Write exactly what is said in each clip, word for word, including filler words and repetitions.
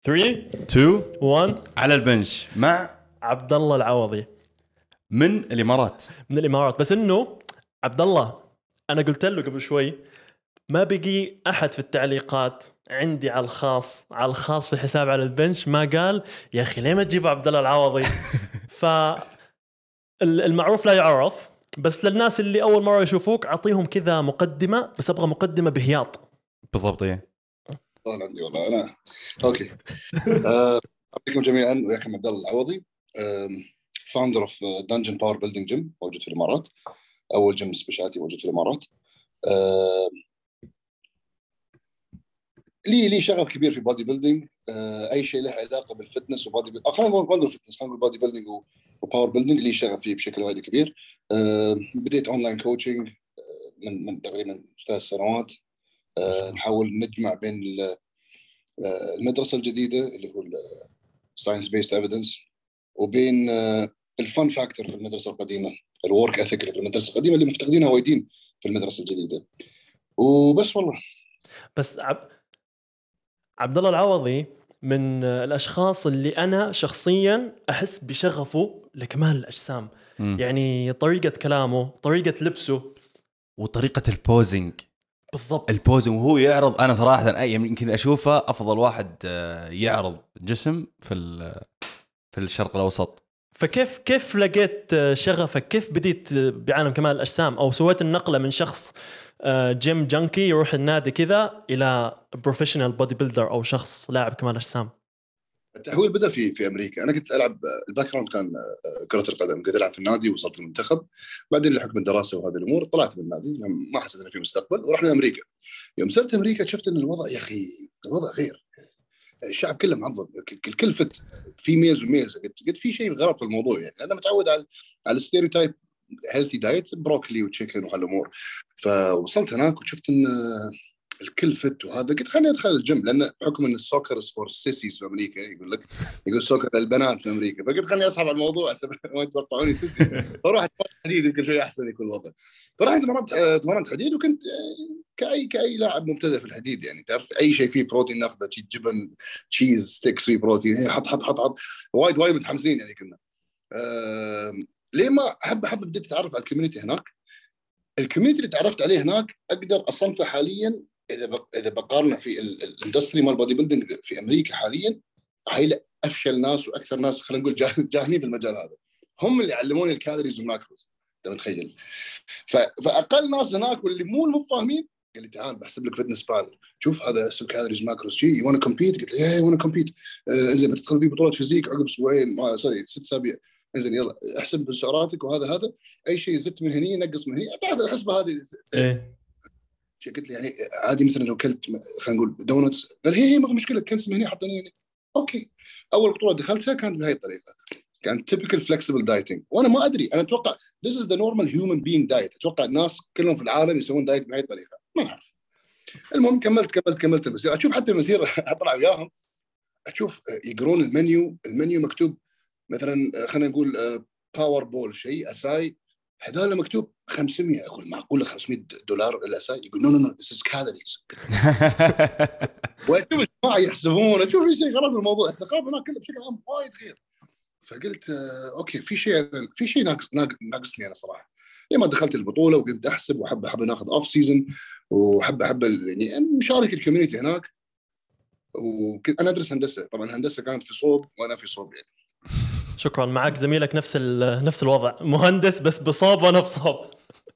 ثلاثة تو واحد. على البنش مع عبد الله العوضي من الامارات. من الامارات. بس انه عبد الله انا قلت له قبل شوي ما بقي احد في التعليقات عندي على الخاص على الخاص في الحساب على البنش ما قال يا اخي ليه ما تجيب عبد الله العوضي. ف المعروف لا يعرف، بس للناس اللي اول مره يشوفوك اعطيهم كذا مقدمه، بس ابغى مقدمه بهياط. بالضبط. ايه طال عندي والله انا اوكي. آه، عليكم جميعا، وياكم عبد الله العوضي، فاوندر اوف دنجن باور بيلدينج جيم موجود في الامارات، اول جيم سبيشاليتي موجود في الامارات. آه، لي لي شغف كبير في بودي بيلدينج، آه، اي شيء له علاقه بالفتنس وبودي بيلدينج، خلينا نقول فتنس، خلينا نقول بودي بيلدينج وباور بيلدينج، لي شغف فيه بشكل وايد كبير. آه، بديت اونلاين كوتشنج من من تقريبا ثلاث سنوات. آه، نحاول نجمع بين المدرسه الجديده اللي هو الساينس بيست ايفيدنس وبين الفن فاكتور في المدرسه القديمه، الورك اثيك في المدرسه القديمه اللي مفتقدينها وايدين في المدرسه الجديده. وبس والله. بس عب... عبد الله العوضي من الاشخاص اللي انا شخصيا احس بشغفه لكمال الاجسام. مم. يعني طريقه كلامه، طريقه لبسه، وطريقه البوزنج. بالضبط البوزنج وهو يعرض، انا صراحه اي يمكن اشوفه افضل واحد يعرض جسم في في الشرق الاوسط. فكيف كيف لقيت شغفك؟ كيف بديت بعالم كمال الأجسام، أو سويت النقلة من شخص جيم جانكي يروح النادي كذا إلى بروفيشنال بودي بيلدر أو شخص لاعب كمال أجسام؟ التحويل بدأ في في أمريكا. أنا كنت ألعب، الباك جراوند كان كرة القدم، كنت ألعب في النادي ووصلت المنتخب. بعدين لحكم الدراسة وهذه الأمور طلعت من النادي، ما حسيت إن في مستقبل ورحنا أمريكا. يوم صرت أمريكا شفت إن الوضع يا أخي الوضع غير، الشعب كله معظم، الكل فت، في ميز وميز. قلت قلت في شيء غلط في الموضوع. يعني انا متعود على على الستيريوتايب هيلثي دايت، بروكلي وتشيكن وهالامور. فوصلت هناك وشفت ان الكل فت وهذا، قلت خليني ادخل الجيم، لان بحكم ان السوكر فور سيسيز في امريكا، يقول لك يقول سوكر للبنات في امريكا، فقلت خليني اسحب على الموضوع عشان ما يتوقعوني سيسي. فروح اتمرن حديد يمكن شوي احسن يكون الوضع. فرحت تمرنت تمرنت حديد، وكنت كأي كأي لاعب مبتدئ في الحديد. يعني تعرف أي شيء فيه بروتين ناخذه، شيء جبن، تشيز ستيكس فيه بروتين، حط حط حط حط وايد وايد متحمسين يعني كنا. أه... ليه ما أحب أحب بديت أتعرف على الكوميونتي هناك. الكوميونتي اللي تعرفت عليه هناك أقدر أصنفه حاليا، إذا بق... إذا بقارنه في الاندستري مال بودي بيلدينج في أمريكا حاليا، هاي أفشل ناس وأكثر ناس خلينا نقول جاهلين في المجال هذا، هم اللي علموني الكالوريز والماكروز. أنت متخيل؟ ف... فأقل ناس هناك واللي مو مو فاهمين قال لي تعال بحسب لك فتنس بال، شوف هذا اسمه كالوريز ماكروز شيء، يو وانا كومبيت؟ قلت له ايه وانا كومبيت. اذا بتدخل في بطوله فيزيك عقب اسبوعين، ما سوري ست اسابيع، انزين يلا احسب سعراتك وهذا هذا، اي شيء زدت من هني نقص من هني، تعرف الحسبه هذه. ايه قلت له يعني عادي مثلا لو كلت خلينا نقول دونتس، قال هي هي ما في مشكله، كنس من هني حطني هنا. اوكي. اول بطوله دخلتها كانت بهي الطريقه، كان typical flexible dieting، وانا ما ادري، انا اتوقع this is the normal human being diet، اتوقع الناس كلهم في العالم يسوون دايت بهي الطريقه، ما اعرف. المهم كملت كملت كملت المسيره، اشوف حتى المسيره اطلع وياهم، اشوف يقرون المنيو، المنيو مكتوب مثلا خلينا نقول باور بول شيء اساي، هذول مكتوب خمسمية. اقول معقوله خمسمية دولار الاساي؟ يقول نو نو نو ذس از كالوريز. واشوف الجماعه يحسبون، اشوف في شيء غلط في الموضوع، الثقافه هناك كلها بشكل عام وايد غير. فقلت اوكي في شيء في شيء ناقص ناقصني انا صراحه. لما دخلت البطوله وقمت احسب، وحب احب ناخذ اوف سيزون، وحب احب يعني مشارك الكوميونتي هناك. وكنت انا ادرس هندسه، طبعا الهندسه كانت في صوب وانا في صوب يعني. شكرا. معك زميلك نفس نفس الوضع، مهندس بس بصوب وانا بصوب.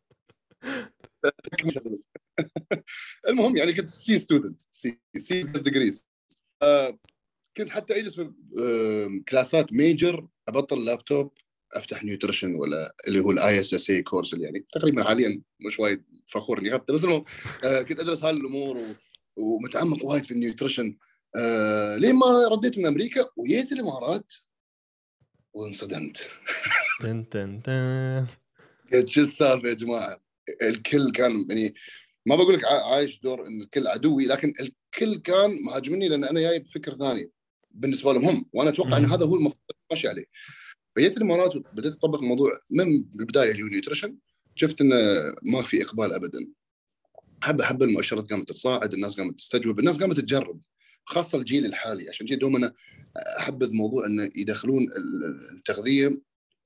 المهم يعني كنت سي ستودنت، سي سي ديجريز. كنت حتى اجلس في كلاسات ميجر ابطل لابتوب افتح نيوتريشن ولا اللي هو الاي اس اس اي كورس، اللي يعني تقريبا حاليا مش وايد فخور اني اخذته، بس المهم كنت ادرس هاي الامور و... ومتعمق وايد في النيوتريشن. آه... لين ما رديت من امريكا وجيت الامارات وانصدمت. تن تن تن. قلت شو السالفه يا جماعه؟ الكل كان يعني ما بقول لك عايش دور ان الكل عدوي، لكن الكل كان مهاجمني لان انا جاي بفكر ثاني بالنسبه لهم هم، وانا اتوقع ان هذا هو المفروض ماشي عليه. فجيت الامارات وبدأت اطبق الموضوع من البدايه، اللي هو نيوتريشن. شفت انه ما في اقبال ابدا، حبه حبه المؤشرات قامت تصاعد، الناس قامت تستجوب، الناس قامت تجرب. خاصه الجيل الحالي. عشان كذا دوم انا احبذ موضوع انه يدخلون التغذيه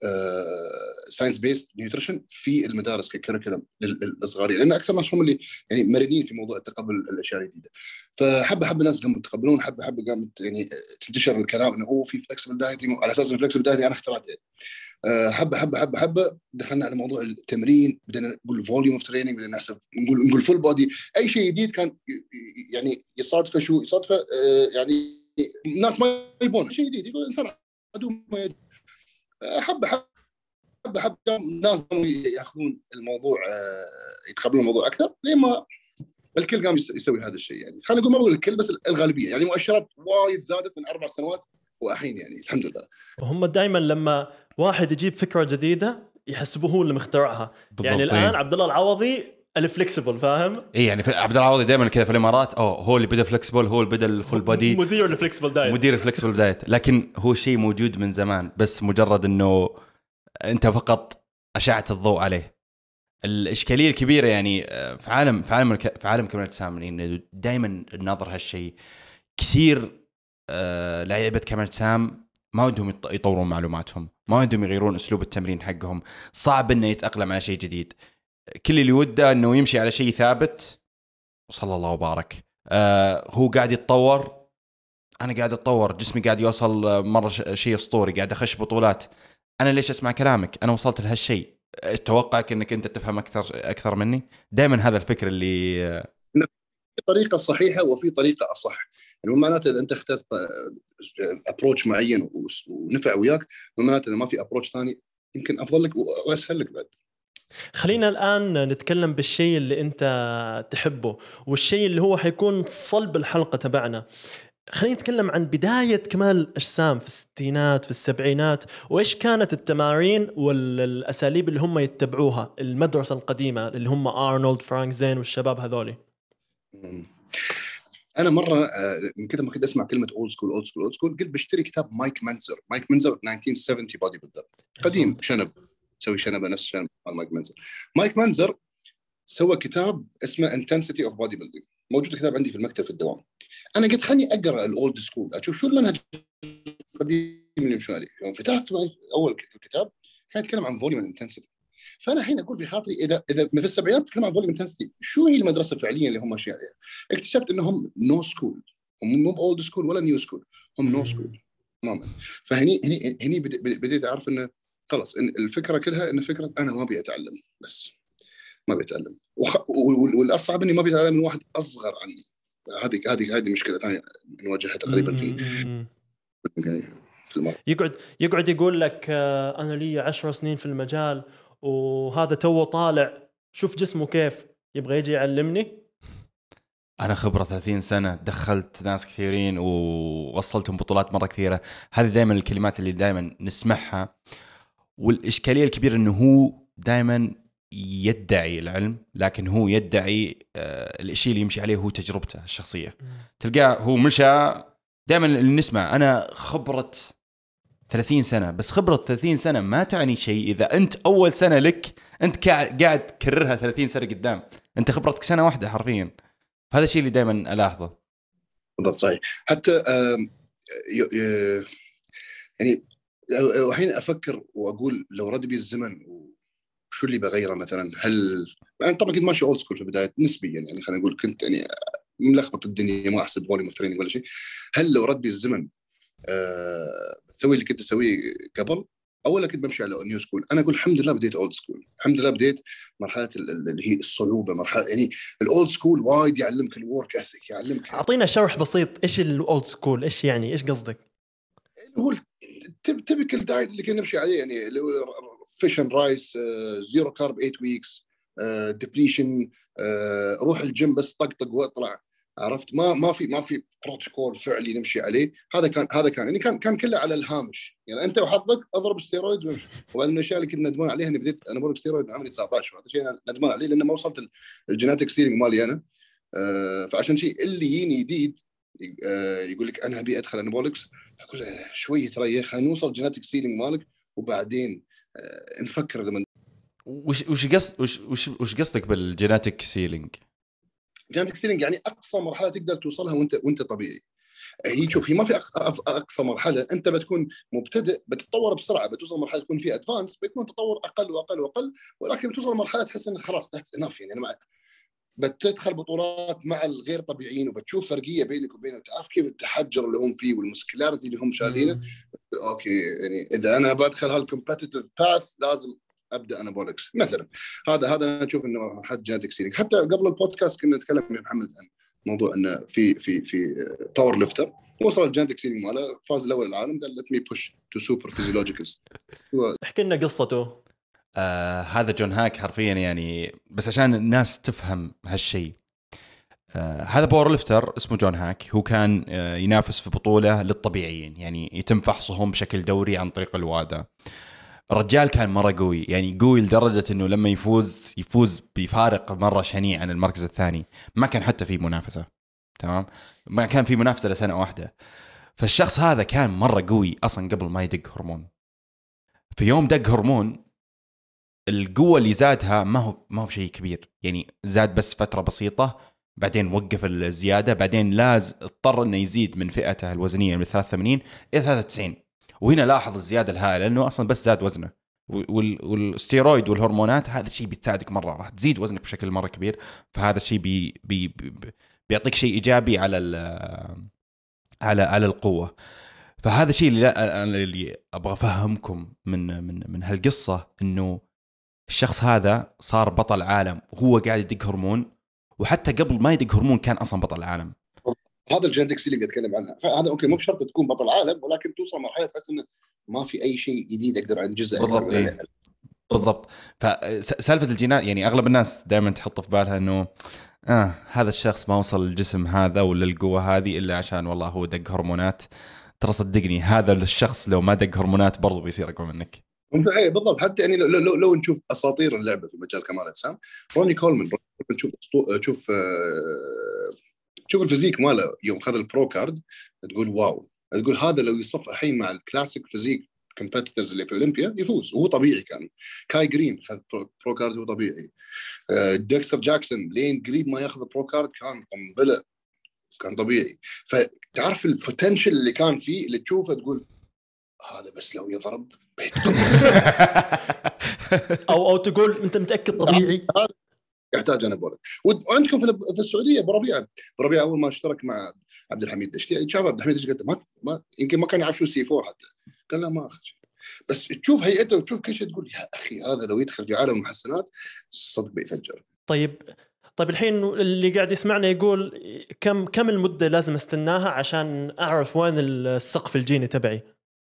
ساينس بيست نيوتريشن في المدارس ككريكولم للصغارين، لان اكثر ناس هم اللي يعني مرنين في موضوع تقبل الاشياء الجديده. فحب حب الناس قاموا يتقبلون، حب حب قامت يعني تنتشر الكلام انه هو في فلكسبل دايتنج، على اساس ان فلكسبل دايتنج انا اخترعته. حب حب حب حب دخلنا على موضوع التمرين، بدنا نقول فوليوم اوف تريننج، بدنا نحسب نقول نقول فول بودي. اي شيء جديد كان يعني يصادفه شو يصادفه يعني الناس ما يبون شيء جديد، يقول الانسان عدو ما يجب. حب حب حب حب الناس ياخذون الموضوع يتقبلون الموضوع اكثر، لما الكل قام يسوي هذا الشيء. يعني خلينا نقول ما بقول الكل بس الغالبيه، يعني مؤشرات وايد زادت من اربع سنوات والحين يعني الحمد لله. وهم دائما لما واحد يجيب فكره جديده يحسبوه هو اللي مخترعها. يعني بالضبطين. الان عبد الله العوضي الفليكسبل، فاهم؟ اي يعني عبد الله العوضي دائما كذا في الامارات، اوه هو اللي بدا فلكسبل، هو اللي بدا الفول بودي، مدير الفليكسبل دايت، مدير الفلكسبل دايت. لكن هو شيء موجود من زمان، بس مجرد انه انت فقط اشعت الضوء عليه. الاشكاليه الكبيره يعني في عالم في عالم في عالم كمال الاجسام انه دائما الناظر هالشيء كثير. آه لعيبه كمال الاجسام ما ودهم يطورون معلوماتهم، ما ودهم يغيرون اسلوب التمرين حقهم، صعب انه يتاقلم على شيء جديد. كل اللي وده انه يمشي على شيء ثابت وصلى الله وبارك. آه هو قاعد يتطور، انا قاعد اتطور، جسمي قاعد يوصل مره شيء اسطوري، قاعد اخش بطولات. انا ليش اسمع كلامك؟ انا وصلت لهالشيء، اتوقعك انك انت تفهم اكثر اكثر مني. دائما هذا الفكر اللي في طريقه صحيحه وفي طريقه اصح. يعني معناته اذا انت اخترت ابروتش معين ونفع وياك، معناته اذا ما في ابروتش ثاني يمكن افضل لك واسهل لك بعد. خلينا الآن نتكلم بالشيء اللي أنت تحبه والشيء اللي هو حيكون صلب الحلقة تبعنا. خلينا نتكلم عن بداية كمال الأجسام في الستينات في السبعينات، وإيش كانت التمارين والأساليب اللي هم يتبعوها، المدرسة القديمة اللي هم أرنولد فرانك زين والشباب هذولي. أنا مرة من كذا ما كنت أسمع كلمة أولد سكول أولد سكول أولد سكول قلت بشتري كتاب مايك منزر. مايك منزر ألف وتسعمية وسبعين بودي بيلدر قديم، شنب سوي شنبه نفس شنب مايك منزر. مايك منزر سوى كتاب اسمه Intensity of Body Building، موجود الكتاب عندي في المكتب في الدوام. انا قلت خلني اقرا الاولد سكول اشوف شو المنهج القديم اللي يمشون عليه. يوم فتحت اول الكتاب كان يتكلم عن فوليوم انتنسيتي، فانا الحين اقول في خاطري اذا اذا في السبعينات تكلم عن فوليوم انتنسيتي، شو هي المدرسه فعليا اللي هم ماشيين عليها؟ اكتشفت انهم نو سكول، هم مو باولد سكول ولا نيو سكول، هم نو سكول تماما. فهني هني هني بديت اعرف انه خلاص إن الفكره كلها ان فكره انا ما ابي اتعلم، بس ما بيتعلم. وخ... والاصعب اني ما بيتعلم من واحد اصغر عني. هذه هذه هذه مشكله ثانيه نواجهها تقريبا في في المرة. يقعد يقعد يقول لك انا لي عشر سنين في المجال وهذا تو طالع، شوف جسمه كيف، يبغى يجي يعلمني. انا خبره ثلاثين سنه، دخلت ناس كثيرين ووصلتهم بطولات مره كثيره. هذه دائما الكلمات اللي دائما نسمعها، والاشكاليه الكبيره انه هو دائما يدعي العلم، لكن هو يدعي آه الشيء اللي يمشي عليه هو تجربته الشخصيه. تلقاه هو مشى دائما اللي نسمع انا خبره ثلاثين سنه، بس خبره ثلاثين سنه ما تعني شيء اذا انت اول سنه لك انت قاعد تكررها ثلاثين سنه قدام، انت خبرتك سنه واحده حرفيا. هذا الشيء اللي دائما الاحظه. بالضبط صحيح. حتى يعني الحين افكر واقول لو رد بي الزمن وشو اللي بغيره مثلا، هل يعني طبعا كنت ماشي اولد سكول في البدايه نسبيا، يعني خلينا نقول كنت يعني ملخبط الدنيا ما احسب فوليوم اوف تريننج ولا شيء. هل لو رد بي الزمن أه بسوي اللي كنت اسويه قبل، اولا كنت بمشي على نيو سكول؟ انا اقول الحمد لله بديت اولد سكول، الحمد لله بديت مرحله اللي هي الصعوبه، مرحله يعني الاولد سكول وايد يعلمك الورك اثيك، يعلمك. اعطينا شرح بسيط، ايش الاولد سكول؟ ايش يعني، ايش قصدك؟ هو التيبيكال دايت اللي كنا نمشي عليه، يعني فيش اند رايس، زيرو كارب ثمانية ويكس، ديبليشن، روح الجيم بس طقطق واطلع، عرفت؟ ما ما في ما في بروتوكول فعلي نمشي عليه. هذا كان هذا كان يعني كان كان كله على الهامش، يعني انت وحظك اضرب ستيرويدز وامشي. وبعد من الاشياء اللي كنت ندمان عليها اني بديت انا بقول ستيرويد عمري تسعة عشر، هذا شيء انا ندمان عليه لانه ما وصلت الجيناتيك ستيرنج مالي انا. أه فعشان شيء اللي يجيني جديد يقول لك انا ابي ادخل انابولكس، اقول له شويه تريح خلينا نوصل جيناتيك ستيرنج مالك وبعدين أه نفكر لما. وش وش قصد وش وش وش قصدك بالجيناتيك سيلينج؟ جيناتيك سيلينج يعني اقصى مرحله تقدر توصلها وانت وانت طبيعي. هي شوف هي ما في أقصى, اقصى مرحله، انت بتكون مبتدئ بتتطور بسرعه، بتوصل مرحله تكون في ادفانس بيكون تطور اقل واقل واقل، ولكن بتوصل مرحله تحس انك خلاص ذاتس انف. يعني انا بتدخل بطولات مع الغير طبيعيين وبتشوف فرقيه بينك وبينهم، تعرف كيف التحجر اللي هم فيه والمسكلاريتي اللي هم شايلينه. اوكي يعني اذا انا بدخل هالكومبتيتيف باث لازم ابدا انابولكس مثلا. هذا هذا انا اشوف انه حد جينيتك سيرينج. حتى قبل البودكاست كنا نتكلم مع محمد عن موضوع انه في في في باور ليفتر وصل الجينيتك سيرينج ماله فاز الاول العالم، قال ليت مي بوش تو سوبر فيزيولوجيكال. احكي لنا قصته. آه هذا جون هاك حرفيا يعني، بس عشان الناس تفهم هالشيء. آه هذا باور ليفتر اسمه جون هاك، هو كان آه ينافس في بطولة للطبيعيين، يعني يتم فحصهم بشكل دوري عن طريق الوادة. الرجال كان مرة قوي، يعني قوي لدرجة انه لما يفوز يفوز بفارق مرة شنيع عن المركز الثاني، ما كان حتى في منافسة، تمام، ما كان في منافسة لسنة واحدة. فالشخص هذا كان مرة قوي اصلا قبل ما يدق هرمون. في يوم دق هرمون القوة اللي زادها ما هو ما هو شيء كبير، يعني زاد بس فترة بسيطة، بعدين وقف الزيادة، بعدين لاز اضطر انه يزيد من فئته الوزنية من ثلاثة وثمانين إلى ثلاثة وتسعين. وهنا لاحظ الزيادة الهائلة لأنه أصلا بس زاد وزنه، والستيرويد والهرمونات هذا الشيء بتساعدك مرة، راح تزيد وزنك بشكل مرة كبير. فهذا الشيء بي بي بي بيعطيك شيء إيجابي على على على القوة. فهذا الشيء اللي أنا اللي أبغى أفهمكم من من من هالقصة، إنه الشخص هذا صار بطل عالم وهو قاعد يدق هرمون، وحتى قبل ما يدق هرمون كان أصلا بطل عالم. هذا الجينيتكس اللي بتكلم عنها، فهذا اوكي مو بشرط تكون بطل عالم، ولكن توصل مرحله تحس انه ما في اي شيء جديد اقدر انجزه. بالضبط إيه؟ بالضبط. فسالفه الجينات يعني اغلب الناس دائما تحط في بالها انه اه هذا الشخص ما وصل للجسم هذا ولا القوه هذه الا عشان والله هو دق هرمونات. ترى صدقني هذا الشخص لو ما دق هرمونات برضو بيصير اقوى منك. انت ايه بالضبط. حتى يعني لو, لو, لو نشوف اساطير اللعبه في مجال كمال الاجسام، روني كولمان، نشوف تشوف تشوف الفيزيك ماله يوم خذ البرو كارد، تقول واو، تقول هذا لو يصف الحين مع الكلاسيك فيزيك كومبيتيتورز اللي في اولمبيا يفوز، وهو طبيعي. كان كاي جرين خذ برو كارد وهو طبيعي. ديكستر جاكسون لين قريب ما ياخذ برو كارد كان قنبله، كان طبيعي. فتعرف البوتنشل اللي كان فيه، اللي تشوفه تقول هذا بس لو يضرب او او تقول انت متاكد طبيعي يحتاج انابوليك. وعندكم في السعوديه بربيعه بربيعه اول ما اشترك مع عبد الحميد دشتي، شاف عبد الحميد ايش قلت ما, ما يمكن ما كان يعرف شو سي فور حتى، قال لا ما اخذ شيء، بس تشوف هيئته وتشوف كل شيء تقول يا اخي هذا لو يدخل في عالم المحسنات صدق بيفجر. طيب طيب الحين اللي قاعد يسمعنا يقول كم كم المده لازم استناها عشان اعرف وين السقف الجيني تبعي؟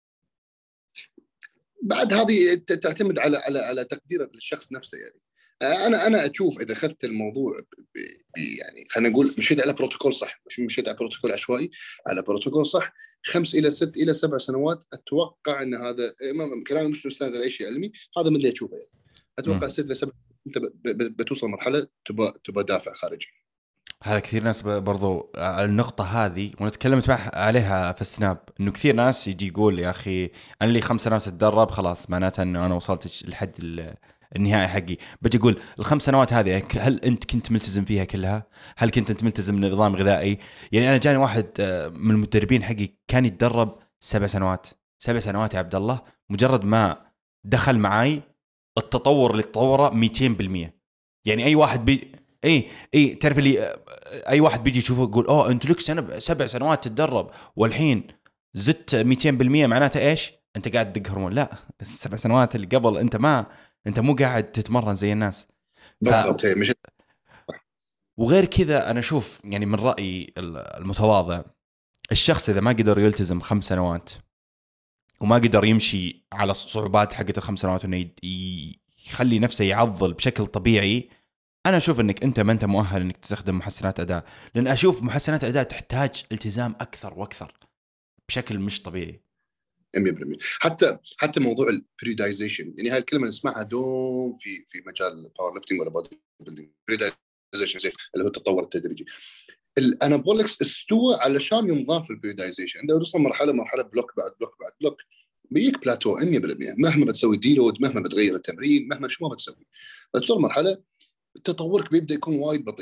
بعد هذه تعتمد على على على تقدير الشخص نفسه. يعني انا انا اشوف اذا اخذت الموضوع يعني خلينا نقول مشيت على بروتوكول صح، مش مشيت على بروتوكول عشوائي، على بروتوكول صح، خمس الى ست الى سبع سنوات اتوقع ان هذا كلام مش مستند على شيء علمي، هذا من اللي اشوفه يعني. اتوقع ست الى سبع انت بتوصل مرحله تبى تبى دافع خارجي. هذا كثير ناس برضو النقطة هذه وانا تكلمت معها عليها في السناب، انه كثير ناس يجي يقول يا اخي انا لي خمس سنوات اتدرب خلاص معناته انه انا وصلت لحد النهائي حقي. بجي اقول الخمس سنوات هذه هل انت كنت ملتزم فيها كلها؟ هل كنت انت ملتزم من نظام غذائي؟ يعني انا جاني واحد من المدربين حقي كان يتدرب سبع سنوات سبع سنوات يا عبد الله، مجرد ما دخل معاي التطور اللي تطوره مئتين بالمئة. يعني اي واحد بي اي اي تعرف اللي اي واحد بيجي يشوفه يقول اوه انت لك سنه سبع سنوات تتدرب والحين زدت مئتين بالمئة، معناته ايش؟ انت قاعد تدق هرمون. لا، السبع سنوات اللي قبل انت ما انت مو قاعد تتمرن زي الناس بالضبط. ف... مش... وغير كذا انا اشوف يعني من رايي المتواضع، الشخص اذا ما قدر يلتزم خمس سنوات وما قدر يمشي على الصعوبات حقت الخمس سنوات انه يخلي نفسه يعضل بشكل طبيعي، انا اشوف انك انت ما انت مؤهل انك تستخدم محسنات اداء. لان اشوف محسنات اداء تحتاج التزام اكثر واكثر بشكل مش طبيعي. مية بالمية. حتى حتى موضوع البريدايزيشن، يعني هاي الكلمه نسمعها دوم في في مجال الباور ليفتنج ولا بودي بيلدينج، بريدايزيشن اللي هو التطور التدريجي. الانابولكس استوى علشان ينضاف في البريدايزيشن. عنده يوصل مرحله مرحله بلوك بعد بلوك بعد بلوك، بيجيك بلاتو مية بالمية مهما بتسوي ديلود، مهما بتغير التمرين، مهما شو ما بتسوي، بتوصل مرحله تطورك بيبدا يكون وايد بطيء.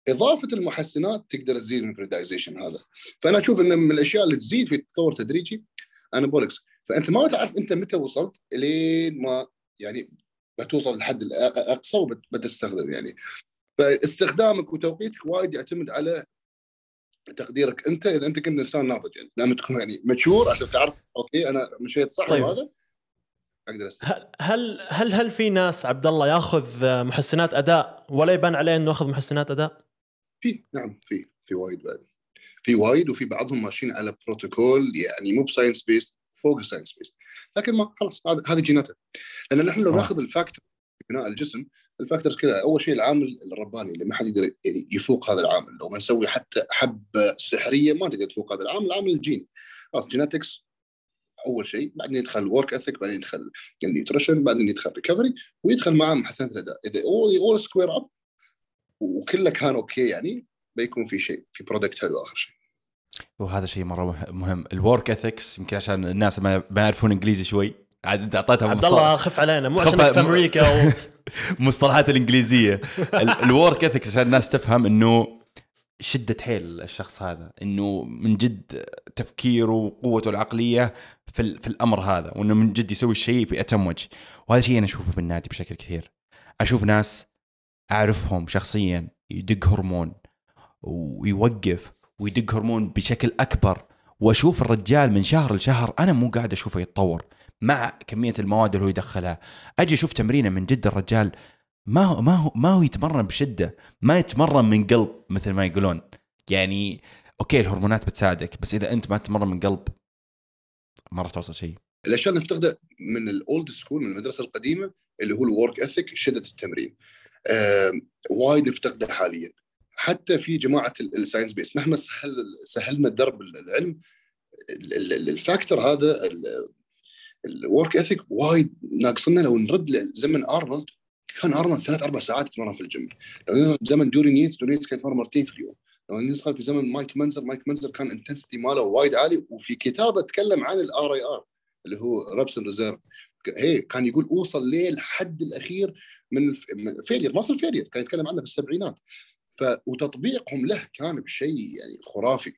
اضافه المحسنات تقدر تزيد من البريدايزيشن هذا. فانا اشوف ان من الاشياء اللي تزيد في التطور التدريجي انابولكس. فانت ما تعرف انت متى وصلت لين ما يعني بتوصل للحد الاقصى وبتستخدم يعني. فاستخدامك وتوقيتك وايد يعتمد على تقديرك انت، اذا انت كنت انسان ناضج يعني لما تكون يعني مشهور عشان تعرف اوكي انا مشيت صح. طيب. وهذا اقدر استخدم. هل هل هل في ناس عبد الله ياخذ محسنات اداء ولا يبان عليه انه اخذ محسنات اداء؟ في نعم في في وايد بعد في وايد وفي بعضهم ماشيين على بروتوكول يعني مو بساينس بيست فوق الساينس بيست، لكن ما خلاص هذا هذه جيناته. لان نحن لو ناخذ الفاكتور في بناء الجسم، الفاكتورز كلها اول شيء العامل الرباني اللي ما حد يقدر يعني يفوق هذا العامل. لو ما نسوي حتى حبه سحريه ما تقدر تفوق هذا العامل، العامل الجيني. خلاص جيناتكس اول شيء، بعدين يدخل ورك اثيك، بعدين يدخل النيوتريشن، بعدين يدخل ريكفري، ويدخل معاه محسنات الاداء. اذا اول اول سكوير اب وكله كان اوكي يعني بيكون في شيء في برودكت حلو اخر شيء. وهذا شيء مره مهم الورك اثكس. يمكن عشان الناس ما يعرفون انجليزي شوي، عاد انت اعطيتها عبد الله خف علينا مو عشان في امريكا و... مصطلحات الانجليزيه. الورك اثكس عشان الناس تفهم انه شده حيل الشخص هذا، انه من جد تفكيره وقوته العقليه في في الامر هذا، وانه من جد يسوي الشيء بأتم وجه. وهذا شيء انا اشوفه بالنادي بشكل كثير. اشوف ناس اعرفهم شخصيا يدق هرمون ويوقف ويدق هرمون بشكل أكبر، وأشوف الرجال من شهر لشهر أنا مو قاعد أشوفه يتطور مع كمية المواد اللي هو يدخلها. أجي أشوف تمرينه من جد الرجال ما هو ما هو ما هو يتمرن بشدة، ما يتمرن من قلب مثل ما يقولون يعني. أوكي الهرمونات بتساعدك، بس إذا أنت ما تتمرن من قلب ما راح توصل شيء. الأشياء اللي نفتقدها من الأولد سكول من المدرسة القديمة اللي هو الورك إثيك، شدة التمرين، آه، وايد نفتقده حاليا. حتى في جماعه الساينس بيس مهما سهل سهلنا درب العلم، الفاكتور هذا الورك اثيك وايد ناقصنا. لو نرد لزمن ارنولد، كان ارنولد ثلاث اربع ساعات يتمرن في الجيم. لو نرد زمن دوري نيتس، دوري نيتس كان يتمرن مرتين في اليوم. لو ندخل في زمن مايك منزر، مايك منزر كان انتنسيتي ماله وايد عالي، وفي كتابه تكلم عن الار اي ار اللي هو رابسن ريزيرف. هي كان يقول اوصل ليه الحد الاخير من الفيلير، مصر الفيلير كان يتكلم عنه في السبعينات. ف وتطبيقهم له كان بشيء يعني خرافي.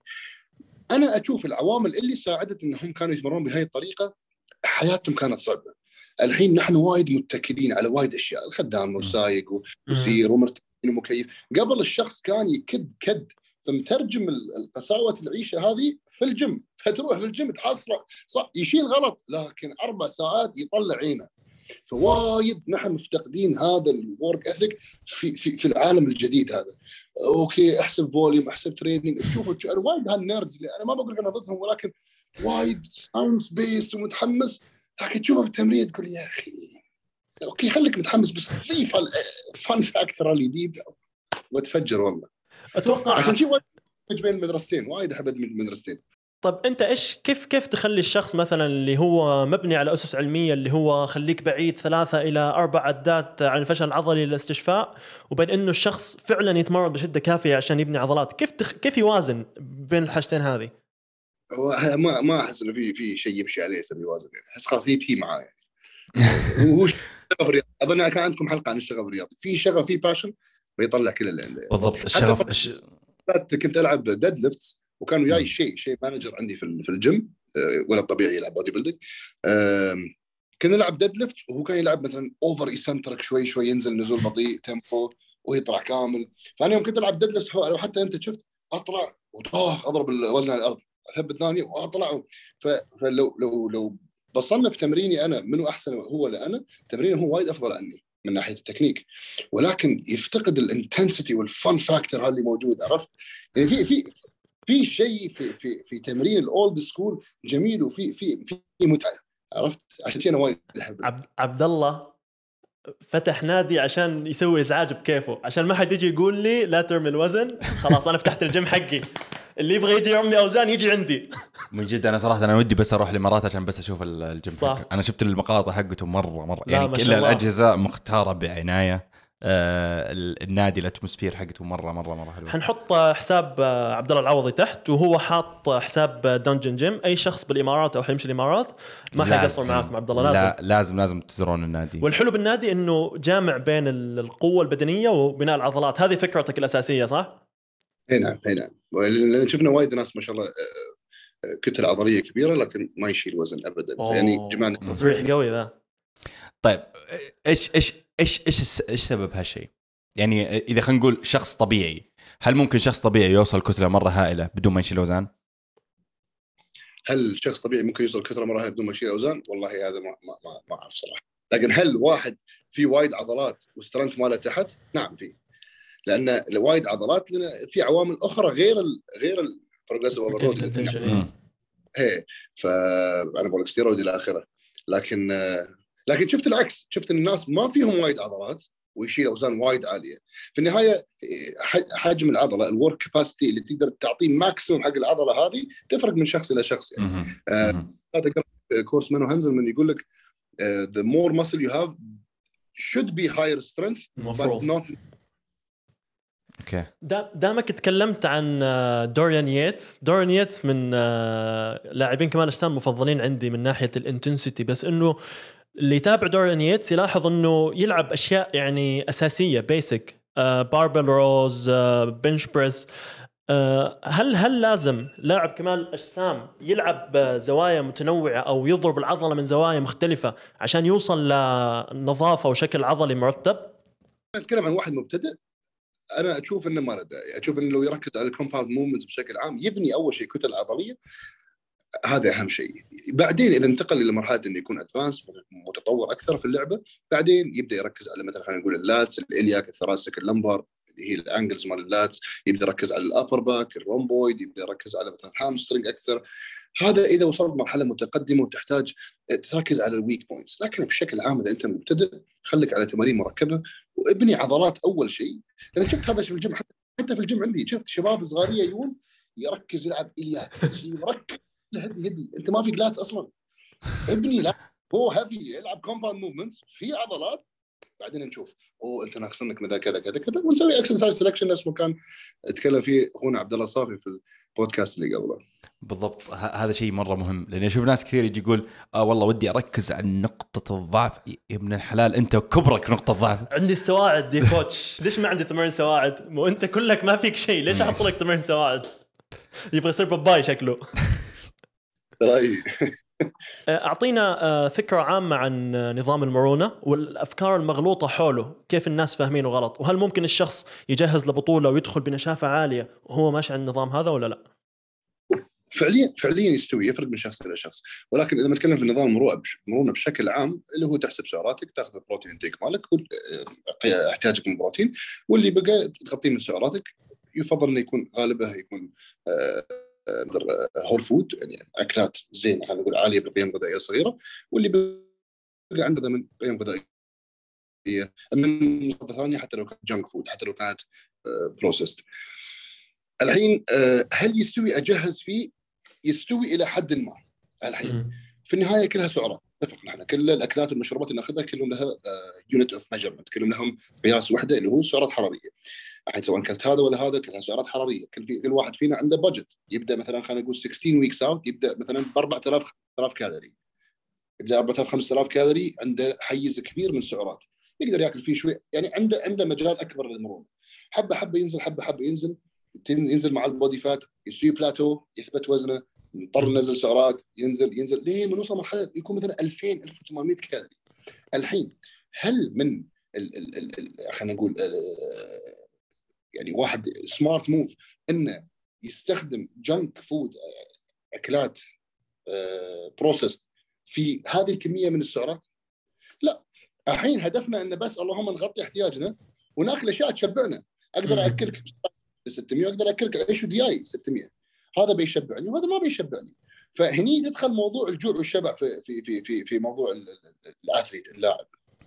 انا اشوف العوامل اللي ساعدت انهم كانوا يتمرنون بهاي الطريقه، حياتهم كانت صعبه. الحين نحن وايد متكلين على وايد اشياء، الخدام وسايق وسير ومرتين ومكيف. قبل الشخص كان يكد كد، فمترجم القساوه العيشه هذه في الجيم، فتروح في الجيم تحصله صح يشيل غلط، لكن اربع ساعات يطلع عينه. فوايد نحن مفتقدين هذا الورك اثيك في في في العالم الجديد هذا. اوكي احسب فوليوم، احسب تريننج، تشوفوا وايد هالنيردز اللي انا ما بقول لك انا ضدهم، ولكن وايد ساينس بيست ومتحمس، لكن تشوفه بالتمرين تقول يا اخي اوكي خليك متحمس، بس ضيف الفن فاكتور الجديد وتفجر والله. اتوقع عشان شيء وايد بين المدرستين، وايد احب ادمج المدرستين. طب انت ايش كيف كيف تخلي الشخص مثلا اللي هو مبني على اسس علميه، اللي هو خليك بعيد ثلاثة الى اربع عدات عن الفشل العضلي للاستشفاء، وبين انه الشخص فعلا يتمرن بشده كافيه عشان يبني عضلات، كيف تخ... كيف يوازن بين الحاجتين هذه؟ ما ما احس انه في في شيء يمشي عليه يسوي يوازن يعني. احس خلاص هي تي معاه يعني. وش شغف رياضي، اظن كان عندكم حلقه عن الشغف الرياضي، في شغف في باشن بيطلع كل اللي عنده بالضبط. الشغف الش... كنت العب ديد ليفتس، وكان وياي شيء شيء مانجر عندي في في الجيم، ولا طبيعي يلعب بودي بيلدينج. كنا نلعب ديد ليفت، وهو كان يلعب مثلا اوفر ايسنترك، شوي شوي ينزل نزول بطيء تيمبو ويطلع كامل. فانا يوم كنت العب ديد ليفت، لو حتى انت شفت اطلع وطاخ اضرب الوزن على الارض، اثبت ثانيه واطلع. فلو لو لو بصنف تمريني انا منو احسن هو ولا انا، تمرينه هو وايد افضل عني من ناحيه التكنيك، ولكن يفتقد الانتنسيتي والفن فاكتور اللي موجود. عرفت يعني في في في شيء في في في تمرين الاولد سكول جميل، وفي في في متعه. عرفت عشان كذا انا وايد احب. عبد عبد الله فتح نادي عشان يسوي ازعاج بكيفه، عشان ما حد يجي يقول لي لا ترمي الوزن، خلاص انا فتحت الجيم حقي، اللي يبغى يجي يرمي اوزان يجي عندي. من جد انا صراحه انا ودي بس اروح الامارات عشان بس اشوف الجيم حقه. انا شفت المقاطع حقته مره مره يعني كل الاجهزه مختاره بعنايه. آه النادي الاتموسفير حقته مره مره مره حلوه. حنحط حساب عبد الله العوضي تحت، وهو حاط حساب دنجن جيم. اي شخص بالامارات او حيمشي الامارات ما حيقصر معاك مع عبد الله. لازم لا لازم لازم تزورون النادي. والحلو بالنادي انه جامع بين القوه البدنيه وبناء العضلات. هذه فكرتك الاساسيه صح؟ اي نعم اي نعم، لان شفنا وايد ناس ما شاء الله كتل عضليه كبيره لكن ما يشيل وزن ابدا. يعني جماعه تصريح قوي ذا. طيب ايش ايش ايش ايش ايش سبب هالشيء؟ يعني اذا خلينا نقول شخص طبيعي، هل ممكن شخص طبيعي يوصل كتله مره هائله بدون ما يشيل اوزان؟ هل شخص طبيعي ممكن يوصل كتله مره هائله بدون ما يشيل اوزان؟ والله هذا ما ما ما, ما اعرف صراحه. لكن هل واحد في وايد عضلات والسترنث ماله تحت؟ نعم في، لان وايد عضلات لنا في عوامل اخرى غير ال غير البروجريسيف اوفرلود. هي فانا بقول لك ستيرويد الى اخره. لكن لكن شفت العكس، شفت ان الناس ما فيهم وايد عضلات ويشيل اوزان وايد عاليه. في النهايه حجم العضله الورك كاباسيتي اللي تقدر تعطيه ماكسيموم حق العضله هذه تفرق من شخص الى شخص. يعني هذا آه كورس مانو هانزل من يقول لك uh, the more muscle you have should be higher strength but not. اوكي. دامك تكلمت عن دوريان ييتس. دوريان ييتس من لاعبين كمال اجسام مفضلين عندي من ناحيه الانتنسيتي، بس انه اللي يتابع دوريان ييتس يلاحظ انه يلعب اشياء يعني اساسيه بيسك، باربل روز، بنش بريس. هل هل لازم لاعب كمال اجسام يلعب بزوايا متنوعه او يضرب العضله من زوايا مختلفه عشان يوصل لنظافه وشكل عضلي مرتب؟ نتكلم عن واحد مبتدئ، انا اشوف انه ما له داعي. اشوف انه لو يركز على الكومباوند موفمنتس بشكل عام، يبني اول شيء كتل عضليه، هذا اهم شيء. بعدين اذا انتقل الى مرحله انه يكون ادفانس متطور اكثر في اللعبه، بعدين يبدا يركز على مثلا خلينا نقول اللاتس، الالياك، الثراسك، اللمبر اللي هي الانجلز مال اللاتس، يبدا يركز على الابر باك، الرومبويد، يبدا يركز على مثلا هامسترنج اكثر. هذا اذا وصلت مرحله متقدمه وتحتاج تركز على الويك بوينتس. لكن بشكل عام اذا انت مبتدئ خليك على تمارين مركبه وابني عضلات اول شيء. انا شفت هذا في الجيم، حتى في الجيم عندي شفت شباب صغاريه يجون يركز يلعب الياك، يركز هدي هدي انت ما في جلاتس اصلا. ابني لا هو هافي، العب كومباوند موفمنتس في عضلات، بعدين نشوف او انت ناقصنك ماذا كذا كذا كذا، ونسوي اكسرسايز سelection اسمه كان اتكلم فيه اخونا عبد الله الصافي في البودكاست اللي قبله. بالضبط، هذا شيء مره مهم، لان اشوف ناس كثير يجي يقول اه والله ودي اركز على نقطه الضعف. يا ابن الحلال انت كبرك نقطه ضعف. عندي السواعد يا كوتش، ليش ما عندي تمارين سواعد؟ مو انت كلك ما فيك شيء، ليش احط لك تمارين سواعد؟ يبغى يصير باباي شكله. رأيي. أعطينا فكرة عامة عن نظام المرونة والأفكار المغلوطة حوله، كيف الناس فاهمينه غلط، وهل ممكن الشخص يجهز لبطولة ويدخل بنشافة عالية وهو ماشي على النظام هذا ولا لا؟ فعليا فعليا يستوي، يفرق من شخص إلى شخص. ولكن إذا ما نتكلم في النظام المرونة بشكل عام، اللي هو تحسب سعراتك، تأخذ البروتين انتيك مالك احتياجك من البروتين، واللي بقى تغطيه من سعراتك. يفضل إنه يكون غالبه يكون هول فود، يعني اكلات زين خلينا نقول عاليه بالقيم الغذائيه الصغيره، واللي بقى عنده من قيم غذائيه من مصادر ثانيه حتى لو كانت جانك فود، حتى لو كانت بروسيسد. الحين هل يستوي اجهز فيه؟ يستوي الى حد ما. الحين في النهايه كلها سعرات، اتفقنا احنا كل الاكلات والمشروبات اللي ناخذها كلهم لها يونت اوف ميجرمنت، كلهم لهم قياس وحده اللي هو السعرات الحراريه. الحين سواء كلت هذا ولا هذا كلها سعرات حراريه. كل في كل واحد فينا عنده بادجت، يبدا مثلا خلينا نقول ستة عشر ويكس اوت، يبدا مثلا ب أربعة آلاف خمسة آلاف كالوري، يبدا أربعة آلاف خمسة آلاف كالوري، عنده حيز كبير من السعرات يقدر ياكل فيه شوي، يعني عنده عنده مجال اكبر للمرونه. حبه حبه ينزل، حبه حبه ينزل، ينزل مع البودي فات، يسوي بلاتو، يثبت وزنه، نضطر ننزل سعرات، ينزل ينزل لين نوصل مرحله يكون مثلا ألفين ألف وثمانمائة كالوري. الحين هل من ال ال ال خلينا نقول يعني واحد سمارت موف انه يستخدم جنك فود، اكلات بروسيس في هذه الكميه من السعرات؟ لا. الحين هدفنا ان بس اللهم نغطي احتياجنا وناكل اشياء تشبعنا. اقدر اكلك ستمائة، اقدر اكلك عيش ودياي ستمائة، هذا بيشبعني وهذا ما بيشبعني. فهني يدخل موضوع الجوع والشبع في في في في, في موضوع الاثليت اللاعب.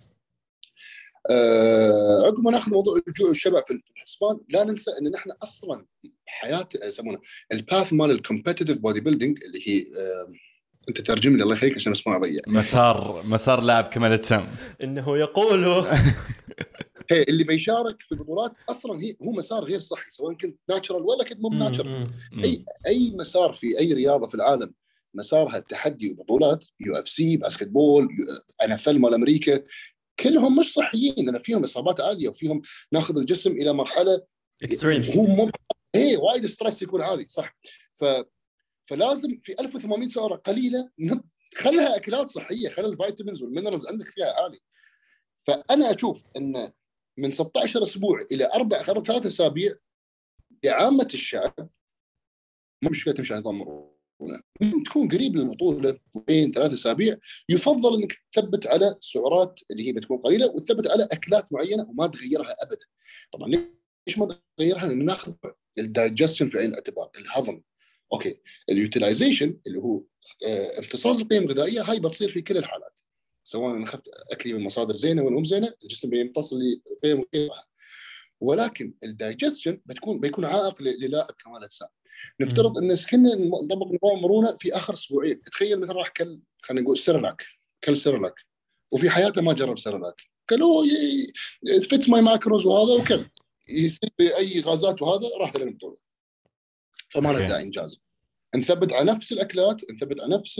أه عقب ما ناخذ موضوع الجوع والشبع في الحسبان، لا ننسى ان نحن اصلا حياه يسمونه الباث مال الكومبتيتيف بودي بيلدينج، اللي هي أه انت ترجم لي الله يخليك عشان اسمع اضيع. مسار مسار لاعب كمال الاجسام انه يقول هي اللي بيشارك في البطولات اصلا هي هو مسار غير صحي، سواء كنت ناتشرال ولا كنت مو ناتشرال. اي اي مسار في اي رياضه في العالم مسارها تحدي وبطولات، يو اف سي، باسكت بول، ان اف ال مال امريكا، كلهم مش صحيين، لان فيهم اصابات عاليه وفيهم ناخذ الجسم الى مرحله اكستريم. هو مو ايه وايد ستريس يكون عالي صح. ف فلازم في ألف وثمانمائة سعره قليله خلها اكلات صحيه، خلي الفيتامينز والمينرالز عندك فيها عالي. فانا اشوف ان من ستة عشر اسبوع الى اربع ثلاث اسابيع لعامه الشعب مو مشكله تمشي على نظام مرونه، تكون قريب للبطوله بين ثلاث اسابيع يفضل انك تثبت على سعرات اللي هي بتكون قليله وتثبت على اكلات معينه وما تغيرها ابدا. طبعا ليش ما تغيرها؟ لان ناخذ الدايجستشن في عين الاعتبار، الهضم اوكي. اليوتيلايزيشن اللي هو اه امتصاص القيم الغذائيه هاي بتصير في كل الحالات، سواء انا اخذت اكلي من مصادر زينه ولا مو زينه الجسم بيمتص لي قيم غذائيه. ولكن الدايجستشن بتكون بيكون عائق للاعب كمال اجسام. نفترض ان كنا نطبق نظام مرونه في اخر اسبوعين، تخيل مثلا راح كل خلينا نقول سيرلاك، كل سيرلاك وفي حياته ما جرب سيرلاك، كلوا فيت ماي ماكروز وهذا وكل يصير باي غازات وهذا راح لنا البطوله. فما له داعي انجاز. نثبت على نفس الاكلات، نثبت على نفس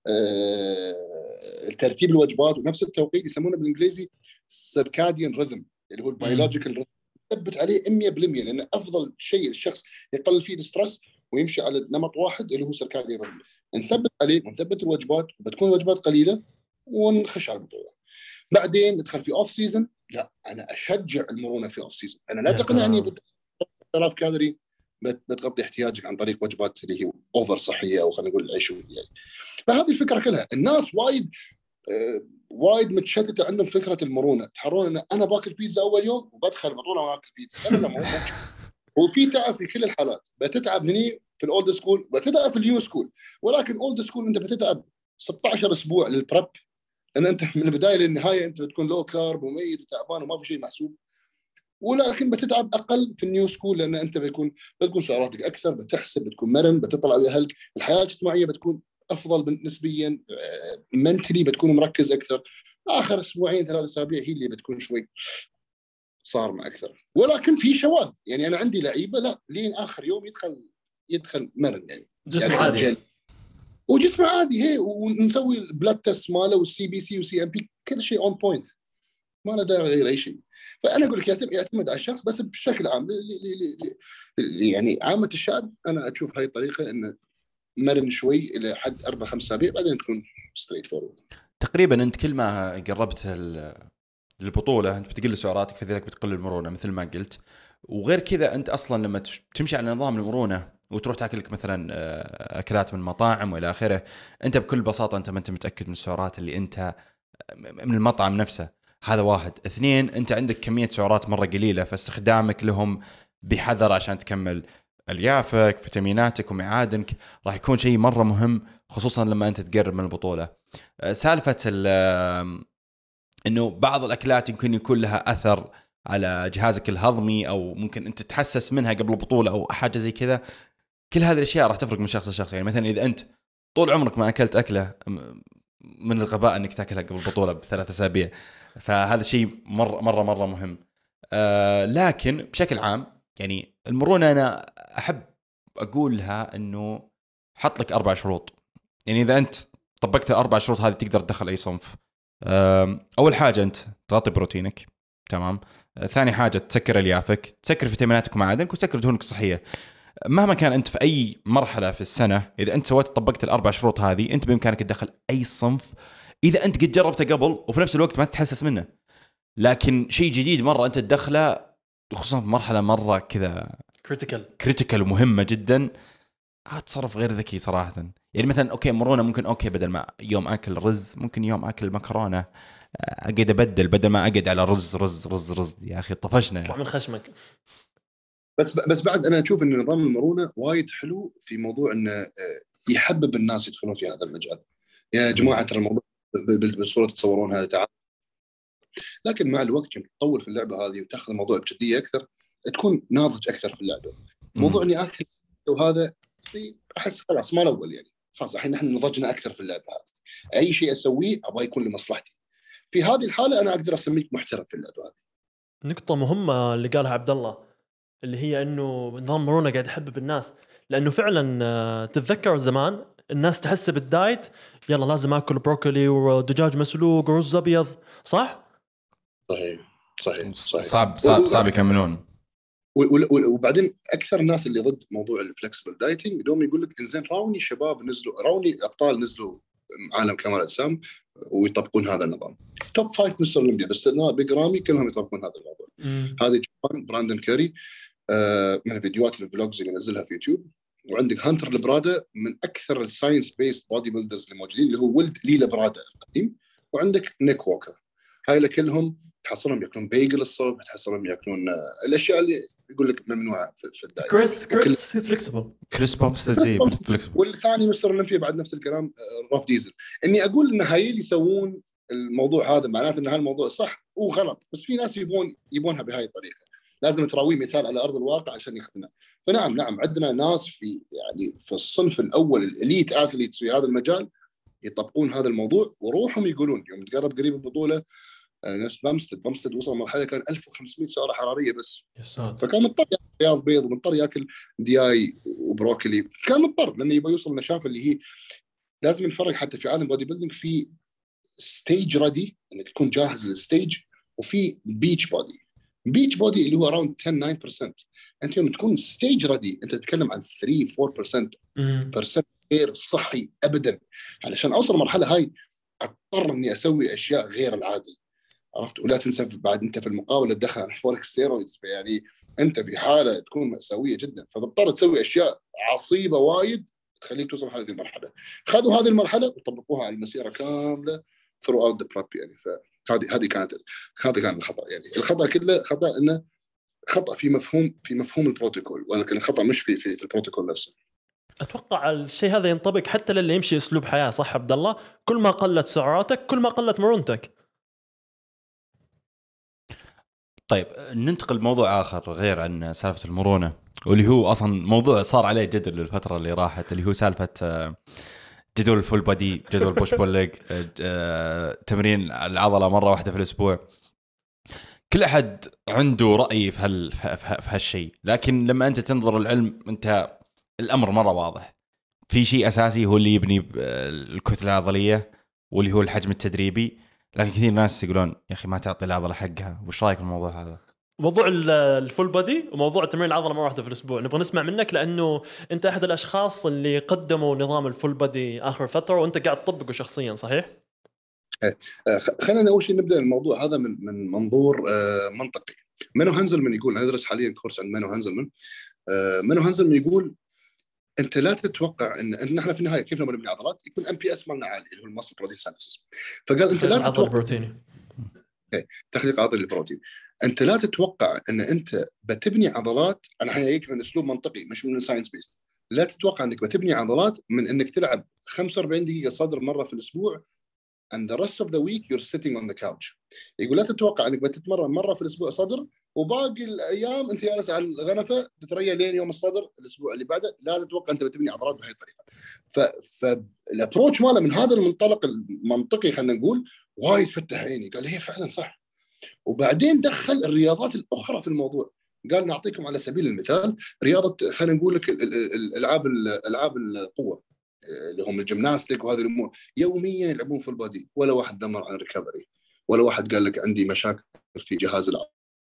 الترتيب الوجبات ونفس التوقيت، يسمونه بالانجليزي سيركاديان ريذم اللي هو البيولوجيكال ريذم، نثبت عليه مية بالمية لان افضل شيء الشخص يقلل فيه الستريس ويمشي على نمط واحد اللي هو سيركاديان ريذم. نثبت عليه ونثبت الوجبات وبتكون وجبات قليله ونخش على البطوله. بعدين ندخل في اوف سيزون، لا انا اشجع المرونه في اوف سيزون. انا لا تقنعني ب ثلاث كالوري بتغطي احتياجك عن طريق وجبات اللي هي اوفر صحيه او خلينا نقول العيش والدياي. فهذه الفكره كلها. الناس وايد آه وايد متشتته عندهم فكره المرونه، تحرون ان انا باكل بيتزا اول يوم وبدخل البطوله واكل بيتزا. لا لا مو هو في تعب في كل الحالات، بتتعب هني في الاولد سكول بتتعب في النيو سكول، ولكن اولد سكول انت بتتعب ستة عشر اسبوع للبريب، لان انت من البدايه للنهايه انت بتكون لو كارب وميت وتعبان وما في شيء محسوب. ولكن بتتعب اقل في النيو سكول لان انت بيكون بتكون سعراتك اكثر، بتحسب، بتكون مرن، بتطلع على اهلك، الحياه الاجتماعيه بتكون افضل نسبيا، منتلي بتكون مركز اكثر. اخر اسبوعين ثلاث اسابيع هي اللي بتكون شوي صارمه اكثر. ولكن في شواذ، يعني انا عندي لعيبه لا لين اخر يوم يدخل يدخل مرن، يعني جسم عادي وجسم عادي هي، ونسوي البلاد تيست ماله والسي بي سي وسي ام بي كل شيء اون بوينت، ما له داعي غير اي شيء. فانا اقول لك يعتمد على الشخص، بس بشكل عام يعني عامه الشعب انا اشوف هاي الطريقه انه مرن شوي الى حد اربع خمس اسابيع بعدين تكون ستريت فورورد. تقريبا انت كل ما قربت البطوله انت بتقل سعراتك فذلك بتقل المرونه مثل ما قلت. وغير كذا انت اصلا لما تمشي على نظام المرونه وتروح تاكل لك مثلا اكلات من مطاعم والى اخره، انت بكل بساطه انت ما انت متاكد من السعرات اللي انت من المطعم نفسه. هذا واحد. اثنين، انت عندك كميه سعرات مره قليله، فاستخدامك لهم بحذر عشان تكمل اليافك فيتاميناتك ومعادنك راح يكون شيء مره مهم، خصوصا لما انت تقرب من البطوله. سالفه انه بعض الاكلات يمكن يكون لها اثر على جهازك الهضمي او ممكن انت تتحسس منها قبل البطوله او حاجه زي كذا، كل هذه الاشياء راح تفرق من شخص لشخص. يعني مثلا اذا انت طول عمرك ما اكلت اكله، من الغباء انك تاكلها قبل البطوله بثلاث اسابيع، فهذا شيء مره مره مره مهم. آه لكن بشكل عام يعني المرونه انا احب اقولها انه حط لك اربع شروط. يعني اذا انت طبقت الاربع شروط هذه تقدر تدخل اي صنف. آه اول حاجه انت تغطي بروتينك، تمام. آه ثاني حاجه تسكر اليافك، تسكر فيتاميناتك ومعادنك، وتسكر دهونك الصحيه. مهما كان انت في اي مرحله في السنه، اذا انت سويت طبقت الاربع شروط هذه انت بامكانك تدخل اي صنف اذا انت قد جربته قبل وفي نفس الوقت ما تتحسس منه. لكن شيء جديد مره انت تدخله خصوصا في مرحله مره كذا كريتيكال كريتيكال ومهمه جدا، اتصرف غير ذكي صراحه. يعني مثلا اوكي مرونه ممكن اوكي بدل ما يوم اكل رز ممكن يوم اكل مكرونه، اقعد ابدل بدل ما اقعد على رز رز رز رز يا اخي طفشنا اطلع من خشمك. بس بس بعد انا اشوف ان نظام المرونه وايد حلو في موضوع انه يحبب الناس يدخلون في هذا المجال. يا جماعه ترى الموضوع بالصوره تتصورون هذا تعب، لكن مع الوقت يوم تطول في اللعبه هذه وتاخذ الموضوع بجديه اكثر تكون ناضج اكثر في اللعبه. موضوع اني اكل وهذا احس خلاص ما الاول، يعني خلاص الحين نحن نضجنا اكثر في اللعبه هذه، اي شيء اسويه ابغى يكون لمصلحتي. في هذه الحاله انا اقدر اسميك محترف في اللعبه هذه. نقطه مهمه اللي قالها عبد الله اللي هي انه نظام مرونه قاعد يحبب الناس، لانه فعلا تتذكر زمان الناس تحس بالدايت يلا لازم اكل بروكولي ودجاج مسلوق ورز ابيض، صح؟ صحيح صحيح صحيح. صعب صعب صعب يكملون. وبعدين اكثر الناس اللي ضد موضوع الفلكسبل دايتنج دوم يقول لك انزين راوني شباب نزلوا، راوني ابطال نزلوا عالم كمال الاجسام ويطبقون هذا النظام. توب فايف مستر اولمبيا بس بيج رامي كلهم يطبقون هذا الموضوع. هذه براندن كيري آه من فيديوهات الفلوجز اللي نزلها في يوتيوب. وعندك هانتر لبرادا من اكثر الساينس بيست بودي بيلدرز الموجودين اللي هو ولد لي لبرادا القديم. وعندك نيك ووكر. هاي كلهم تحصلهم ياكلون بيجل الصبح، تحصلهم ياكلون الاشياء اللي يقول لك ممنوعه في الدايت. كريس كريس فليكسبل كريس بومستد والثاني مستر اولمبيا بعد نفس الكلام راف ديزل. اني اقول ان هاي اللي يسوون الموضوع هذا معناته ان هالموضوع صح وغلط، بس في ناس يبون يبونها بهاي الطريقه. لازم تراوي مثال على ارض الواقع عشان يقتنع. فنعم نعم عندنا ناس في يعني في الصنف الاول الاليت اثليتس في هذا المجال يطبقون هذا الموضوع وروحهم يقولون يوم تقرب قريب البطوله نفس بامستد بامستد وصل مرحله كان ألف وخمسمية سعره حراريه بس. فكان مضطر ياكل بياض بيض ومضطر ياكل دياي وبروكلي، كان مضطر لانه يبغى يوصل للنشافه اللي هي لازم نفرق حتى في عالم بودي بيلدينج في ستيج ريدي انك تكون جاهز للستيج، وفي بيتش بودي. بيتش بودي اللي هو اراوند عشرة تسعة بالمية. انت يوم تكون ستيج ريدي انت تتكلم عن ثلاثة أربعة بالمية غير صحي ابدا. علشان اوصل المرحله هاي اضطر اني اسوي اشياء غير العادي، عرفت؟ ولا تنسى بعد انت في المقاوله تدخل انفولك ستيرويدز، يعني انت في حاله تكون مأساويه جدا، فتضطر تسوي اشياء عصيبه وايد تخليك توصل هذه المرحله. خذوا هذه المرحله وطبقوها على المسيره كامله ثرو اوت ذا بريب يعني. فهذه هذه كانت هذا كان الخطا. يعني الخطا كله خطا انه خطا في مفهوم في مفهوم البروتوكول، ولكن الخطا مش في في, في البروتوكول نفسه. اتوقع الشيء هذا ينطبق حتى للي يمشي اسلوب حياه صح عبد الله. كل ما قلت سعراتك كل ما قلت مرونتك. طيب ننتقل لموضوع آخر غير عن سالفة المرونة، واللي هو أصلا موضوع صار عليه جدل الفترة اللي راحت، اللي هو سالفة جدول الفول بادي، جدول بوش بول ليج، تمرين العضلة مرة واحدة في الأسبوع. كل أحد عنده رأي في هال في هالشيء، لكن لما أنت تنظر العلم أنت الأمر مرة واضح. في شيء أساسي هو اللي يبني الكتلة العضلية واللي هو الحجم التدريبي، لكن كثير ناس يقولون يا أخي ما تعطي العضلة حقها. وش رأيك في الموضوع هذا؟ موضوع الفول بادي وموضوع تمرين العضلة مرة واحدة في الأسبوع نبغى نسمع منك، لأنه أنت أحد الأشخاص اللي قدموا نظام الفول بادي آخر فترة وأنت قاعد تطبقه شخصيا صحيح؟ خلينا أول شيء نبدأ الموضوع هذا من من منظور منطقي. مانو هانزلمان يقول، أنا أدرس حاليا كورس عند مانو هانزلمان. مانو هانزلمان يقول انت لا تتوقع ان ان احنا في النهايه كيف لما نبني عضلات يكون ام بي اس مالنا عالي اللي هو المسل بروتين سينثيسيس. فقال انت لا تتوقع بروتيني تخليق عضلي البروتين. انت لا تتوقع ان انت بتبني عضلات، انا حقيقي من اسلوب منطقي مش من ساينس بيست. لا تتوقع انك بتبني عضلات من انك تلعب خمسة وأربعين دقيقه صدر مره في الاسبوع and the rest of the week you're sitting on the couch. يقول لا تتوقع انك بتتمرن مره في الاسبوع صدر وباقي الايام انت جالس على الغنفه تتريا لين يوم الصدر الاسبوع اللي بعده. لا تتوقع انت بتبني عضلات بهذه الطريقه. فالابروتش ماله من هذا المنطلق المنطقي خلينا نقول وايد فتح عيني. قال هي فعلا صح. وبعدين دخل الرياضات الاخرى في الموضوع. قال نعطيكم على سبيل المثال رياضه خلينا نقول لك الالعاب الالعاب القوه اللي هم الجيمناستيك وهذه الامور، يوميا يلعبون في البادي، ولا واحد دمر عن ريكفري، ولا واحد قال لك عندي مشاكل في جهاز العصب.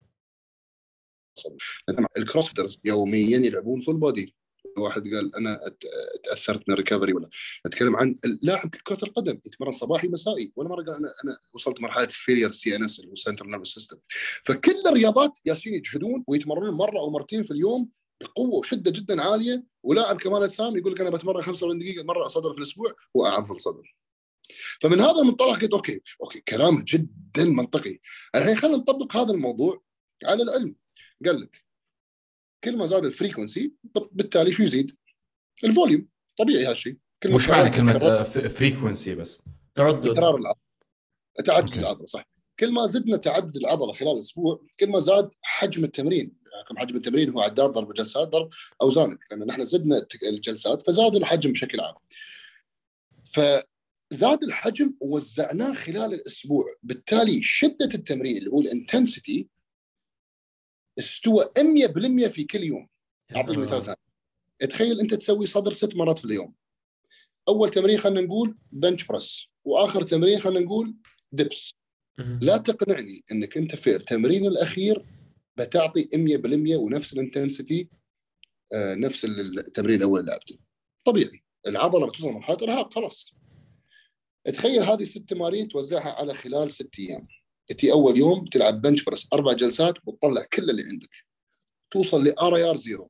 الكروسفيترز يوميا يلعبون في البادي، واحد قال انا تاثرت من الريكفري. ولا اتكلم عن لاعب كره القدم يتمرن صباحي مسائي، ولا مره قال انا انا وصلت مرحله فيلير سي ان اس اللي هو سنترال نيرفس سيستم. فكل الرياضات ياسين يجهدون ويتمرنون مره او مرتين في اليوم بقوه وشده جدا عاليه. ولاعب كمال اجسام يقول لك انا بتمرن خمسة وأربعين دقيقه مره صدر في الاسبوع واعضل صدر. فمن هذا المنطلق قلت اوكي اوكي كلام جدا منطقي. الحين خلينا نطبق هذا الموضوع على العلم. قال لك كل ما زاد الفريكونسي بالتالي شو يزيد؟ الفوليوم. طبيعي هالشيء. وش معنى كلمه فريكونسي؟ بس تردد تكرار العضله، تعدد okay. العضله صح. كل ما زدنا تعدد العضله خلال الاسبوع كل ما زاد حجم التمرين. كم حجم التمرين هو عداد ضرب جلسات ضرب اوزانك، لان نحن زدنا الجلسات فزاد الحجم بشكل عام. فزاد الحجم ووزعناه خلال الاسبوع، بالتالي شده التمرين اللي هو الانتنسيتي استوى مية بالمية في كل يوم. اعطيك مثال ثاني. تخيل انت تسوي صدر ست مرات في اليوم. اول تمرين خلينا نقول بنش بريس، واخر تمرين خلينا نقول دبس. لا تقنعني انك انت في التمرين الاخير بتعطي مية بالمية ونفس الانتنسيتي، آه نفس التمرين الاول اللي لعبته. طبيعي العضله بتوصل مرحله ارهاق خلاص. تخيل هذه الست تمارين توزعها على خلال ست ايام. انت اول يوم تلعب بنش برس اربع جلسات وتطلع كل اللي عندك، توصل لار اي ار زيرو.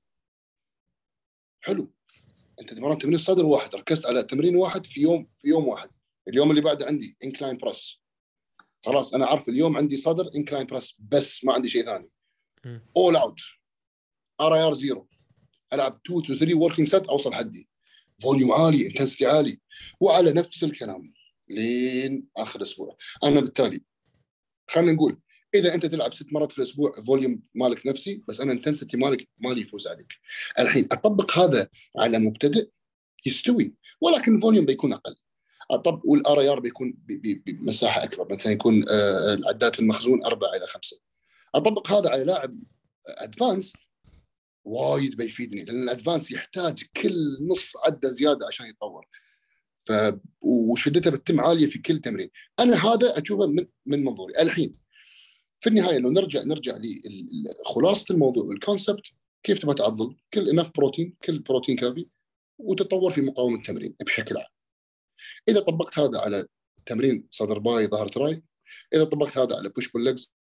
حلو، انت تمرنت تمرين صدر واحد، ركزت على تمرين واحد في يوم في يوم واحد. اليوم اللي بعده عندي انكلاين بريس، خلاص انا عارف اليوم عندي صدر انكلاين بريس بس، ما عندي شيء ثاني. اول اوت ار اي ار زيرو، العب اثنين تو ثلاثة وركينج سيت اوصل حدي، فوليوم عالي، انتنسيتي عالي، وعلى نفس الكلام لين اخر اسبوع. انا بالتالي خلينا نقول اذا انت تلعب ست مرات في الاسبوع فوليوم مالك نفسي، بس انا انتنسيتي مالك مالي يفوز عليك. الحين اطبق هذا على مبتدئ يستوي، ولكن الفوليوم بيكون اقل. طب والار اي ار بيكون بمساحه اكبر، مثلا يكون العدات المخزون أربعة الى خمسة. اطبق هذا على لاعب ادفانس وايد بيفيدني، لان الادفانس يحتاج كل نص عده زياده عشان يتطور، ف وشدتها بتتم عاليه في كل تمرين. انا هذا اشوفه من من منظوري. الحين في النهايه لو نرجع نرجع لخلاصه الموضوع، الكونسبت كيف تبغى تعضل؟ كل انف بروتين، كل بروتين كافي، وتتطور في مقاومه التمرين بشكل عام. اذا طبقت هذا على تمرين صدر باي ظهر تراي، اذا طبقت هذا على بوش بول ليجز،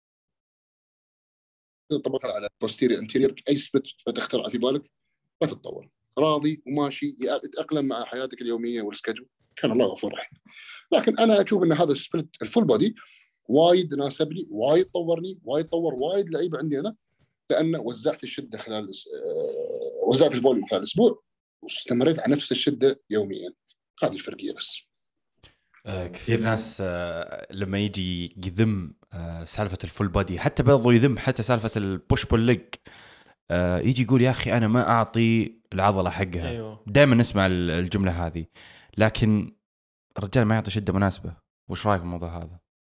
اذا طبقت هذا على بوستيريور انتيريور، اي سبلت فتخترع في بالك بتتطور راضي وماشي يتاقلم مع حياتك اليوميه والسكجول، كان الله غفور رحيم. لكن انا اشوف ان هذا السبلت الفول بودي وايد ناسبني، وايد طورني، وايد طور وايد لعيبه عندي انا، لان وزعت الشده خلال أه وزعت الفوليوم خلال اسبوع واستمريت على نفس الشده يوميا. هذه الفرقيه بس. آه كثير ناس آه لما يجي يذم آه سالفه الفول بودي، حتى برضو يذم حتى سالفه البوش بول ليج، آه يجي يقول يا اخي انا ما اعطي العضله حقها. أيوة. دائما نسمع الجمله هذه، لكن الرجال ما يعطي شده مناسبه. وش رايك بالموضوع هذا؟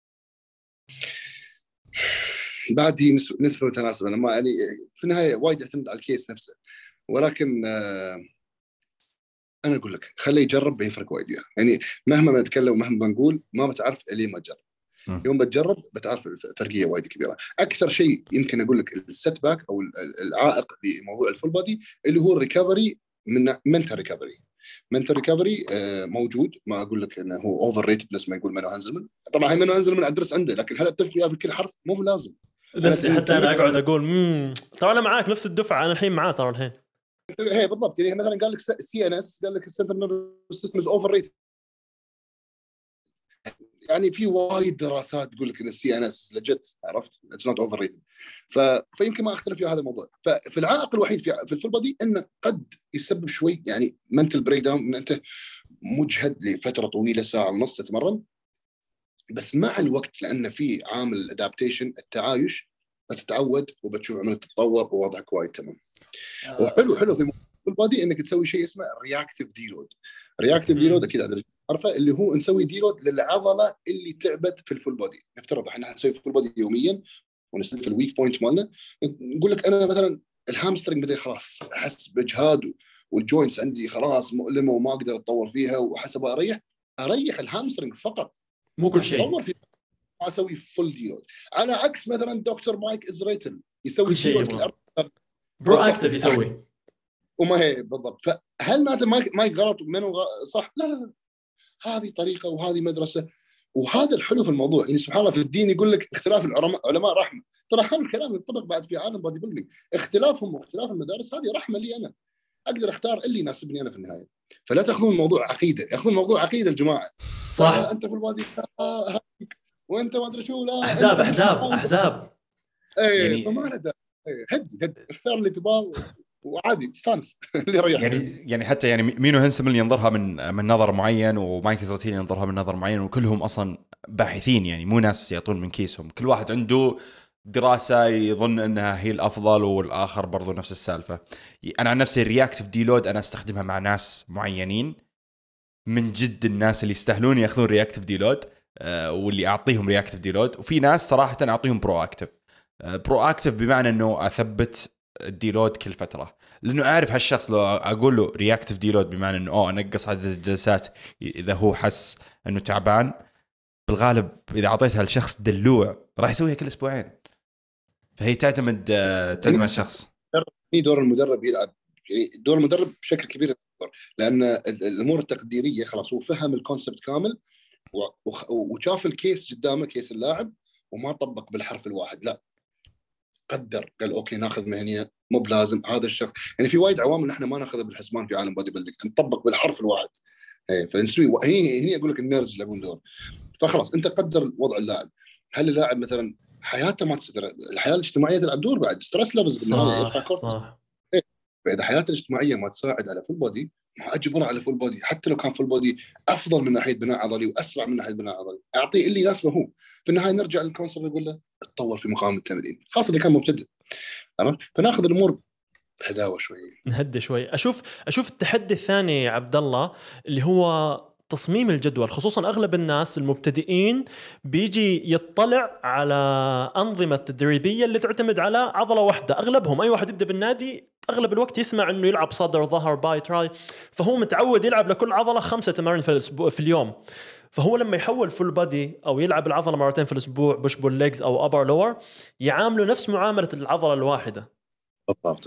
بعد هي نسبه متناسبه، انا ما يعني في النهايه وايد يعتمد على الكيس نفسه، ولكن آه انا اقول لك خليه يجرب بيفرق وايد يعني. مهما ما نتكلم ومهما بنقول ما بتعرف ليه ما تجرب. يوم بتجرب بتعرف الفرقيه وايد كبيره. اكثر شيء يمكن اقول لك السيت باك او العائق لموضوع الفول بودي اللي هو الريكفري من منتال ريكفري. منتال ريكفري موجود، ما اقول لك انه هو اوفر ريتد نفس ما يقول منو هانزلمان. طبعا هي منو هانزلمان ادرس عنده، لكن هل اتفق وياه في كل حرف؟ مو لازم. نفسي حتى انا اقعد اقول امم ترى انا معاك نفس الدفعه، انا الحين معاه ترى الحين. هي بالضبط يعني مثلا قال لك سي ان اس، قال لك السنترال نيرفس سيستم از اوفر ريتد. يعني في وايد دراسات تقول لك ان السي ان اس لجت، عرفت؟ اتس نوت اوفر ريتد. فيمكن ما اختلف في هذا الموضوع. ففي العائق الوحيد في في الفول بودي انه قد يسبب شوي يعني منتل بريك داون، ان انت مجهد لفتره طويله ساعه ونص تتمرن، بس مع الوقت لان في عامل الادابتيشن التعايش بتتعود وبتشوف عمليه تتطور ووضعك وايد تمام. آه. وحلو حلو في الفول بودي انك تسوي شيء اسمه رياكتيف ديلود. رياكتيف ديلود اكيد عارف عارفه، اللي هو نسوي ديلود للعضله اللي تعبت في الفول بودي. نفترض احنا نسوي فول بودي يوميا ونستلم في الويك بوينت مالنا، نقول لك انا مثلا الهامسترنج بدا خلاص احس باجهاد والجوينتس عندي خلاص مؤلمه وما اقدر اتطور فيها وحسب اريح اريح الهامسترنج فقط، مو كل شيء اتطور فيه، ما اسوي فول ديلود. على عكس مثلا دكتور مايك ازريتل يسوي كل شيء ديلود برو اكتف يسوي، وما هي بالضبط. فهل معناته مايك مايك غلط منو صح؟ لا لا لا، هذه طريقه وهذه مدرسه. وهذا الحلو في الموضوع يعني سبحان الله في الدين يقول لك اختلاف العلماء علماء رحمه. ترى هذا الكلام ينطبق بعد في عالم بودي بيلدينج، اختلافهم واختلاف المدارس هذه رحمه لي انا، اقدر اختار اللي يناسبني انا في النهايه. فلا تاخذون الموضوع عقيده، ياخذون الموضوع عقيده الجماعه. صح. انت في البودي آه وانت ما ادري شو، لا احزاب احزاب احزاب اي يعني فما له داعي. هدي هدي اختار اللي تبغاه وعادي استانس اللي يريحك. يعني يعني حتى يعني مينو هانسلمان ينظرها من من نظر معين، ومايك ازريتل ينظرها من نظر معين، وكلهم اصلا باحثين يعني مو ناس يعطون من كيسهم. كل واحد عنده دراسة يظن انها هي الافضل، والاخر برضو نفس السالفة. انا عن نفسي الرياكتيف ديلود انا استخدمها مع ناس معينين من جد، الناس اللي يستاهلون ياخذون رياكتيف ديلود آه واللي اعطيهم رياكتيف ديلود. وفي ناس صراحة اعطيهم برو اكتف. آه برو اكتف بمعنى انه اثبت الديلود كل فترة، لانه اعرف هالشخص لو اقول له رياكتيف ديلود بمعنى انه اوه انقص عدد الجلسات اذا هو حس انه تعبان، بالغالب اذا اعطيتها لشخص دلوع راح يسويها كل اسبوعين. فهي تعتمد آه، تعتمد على الشخص. في دور المدرب يلعب دور المدرب بشكل كبير، لان الامور التقديريه خلاص هو فهم الكونسبت كامل وشاف الكيس قدامه كيس اللاعب وما طبق بالحرف الواحد، لا قدر قال اوكي ناخذ مهنيه مو بلازم هذا الشخص. يعني في وايد عوامل نحن ما ناخذها بالحسبان في عالم بودي بيلدينج، نطبق بالحرف الواحد. اي فنسوي هي هي اقول لك النيرز يلعبون دور. فخلاص انت قدر وضع اللاعب. هل اللاعب مثلا حياته ما تصير الحياه الاجتماعيه تلعب دور بعد ستريس ليفلز بالنهايه يرفع كورتكس. فاذا حياته الاجتماعيه ما تساعد على فول بودي ما اجبره على فول بودي، حتى لو كان فول بودي افضل من ناحيه بناء عضلي واسرع من ناحيه بناء عضلي، اعطيه اللي يناسبه هو. في النهايه نرجع للكونسبت يقول له تطور في مقام التمرين، خاصه اذا كان مبتدئ. عرفت؟ فناخذ الامور بهداوه شوي، نهدي شوي. اشوف اشوف التحدي الثاني عبد الله اللي هو تصميم الجدول، خصوصا اغلب الناس المبتدئين بيجي يطلع على انظمه تدريبيه اللي تعتمد على عضله واحده. اغلبهم اي واحد يبدا بالنادي اغلب الوقت يسمع انه يلعب صدر ظهر باي تراي، فهو متعود يلعب لكل عضله خمسه تمارين في الاسبوع في اليوم. فهو لما يحول فول بادي او يلعب العضله مرتين في الاسبوع بوش بول ليجز او ابر لور يعامله نفس معامله العضله الواحده. بالضبط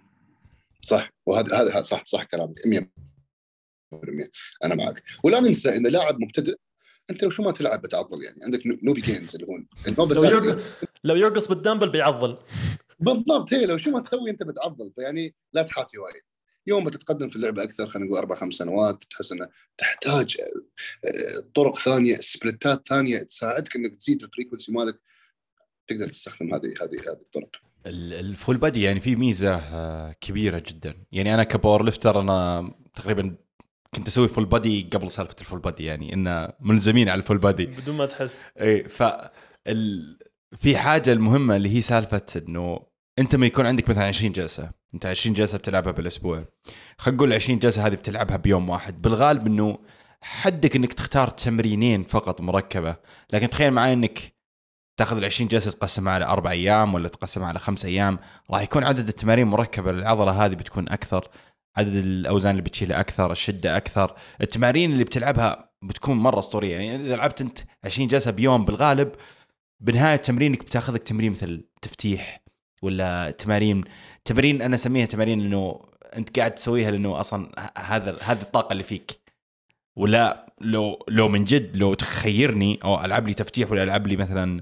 صح. وهذا هذا صح صح كلامك مية بالمية انا معك. ولا ننسى ان لاعب مبتدئ انت لو شو ما تلعب بتعضل، يعني عندك نوبي جينز اللي هو لو يرقص لو يرقص بالدمبل بيعضل. بالضبط، هي لو شو ما تسوي انت بتعضل. فيعني لا تحاتي وايد. يوم بتتقدم في اللعبه اكثر، خلينا نقول اربع خمس سنوات، تحس انه تحتاج طرق ثانيه سبلتات ثانيه تساعدك انك تزيد الفريكونسي مالك، تقدر تستخدم هذه هذه هذه الطرق. الفول بادي يعني في ميزه كبيره جدا. يعني انا كباور ليفتر انا تقريبا كنت اسوي فول بادي قبل سالفه الفول بادي، يعني ان ملزمين على الفول بادي بدون ما تحس. اي ف ال... في حاجه المهمه اللي هي سالفه انه انت ما يكون عندك مثلا عشرين جلسه، انت عشرين جلسه بتلعبها بالاسبوع، خلينا نقول عشرين جلسه هذه بتلعبها بيوم واحد. بالغالب انه حدك انك تختار تمرينين فقط مركبه، لكن تخيل معي انك تاخذ العشرين جلسة تقسمها على أربع أيام ولا تقسمها على خمس أيام، راح يكون عدد التمارين مركبة للعضلة هذه بتكون أكثر، عدد الأوزان اللي بتشيلها أكثر، الشدة أكثر، التمارين اللي بتلعبها بتكون مرة أسطورية. يعني إذا لعبت أنت عشرين جلسة بيوم بالغالب بنهاية تمرينك بتاخذك تمرين مثل تفتيح ولا تمارين تمارين أنا أسميها تمارين إنه أنت قاعد تسويها لأنه أصلا هذا هذه الطاقة اللي فيك. ولا لو لو من جد لو تخيرني أو ألعب لي تفتيح ولا ألعب لي مثلا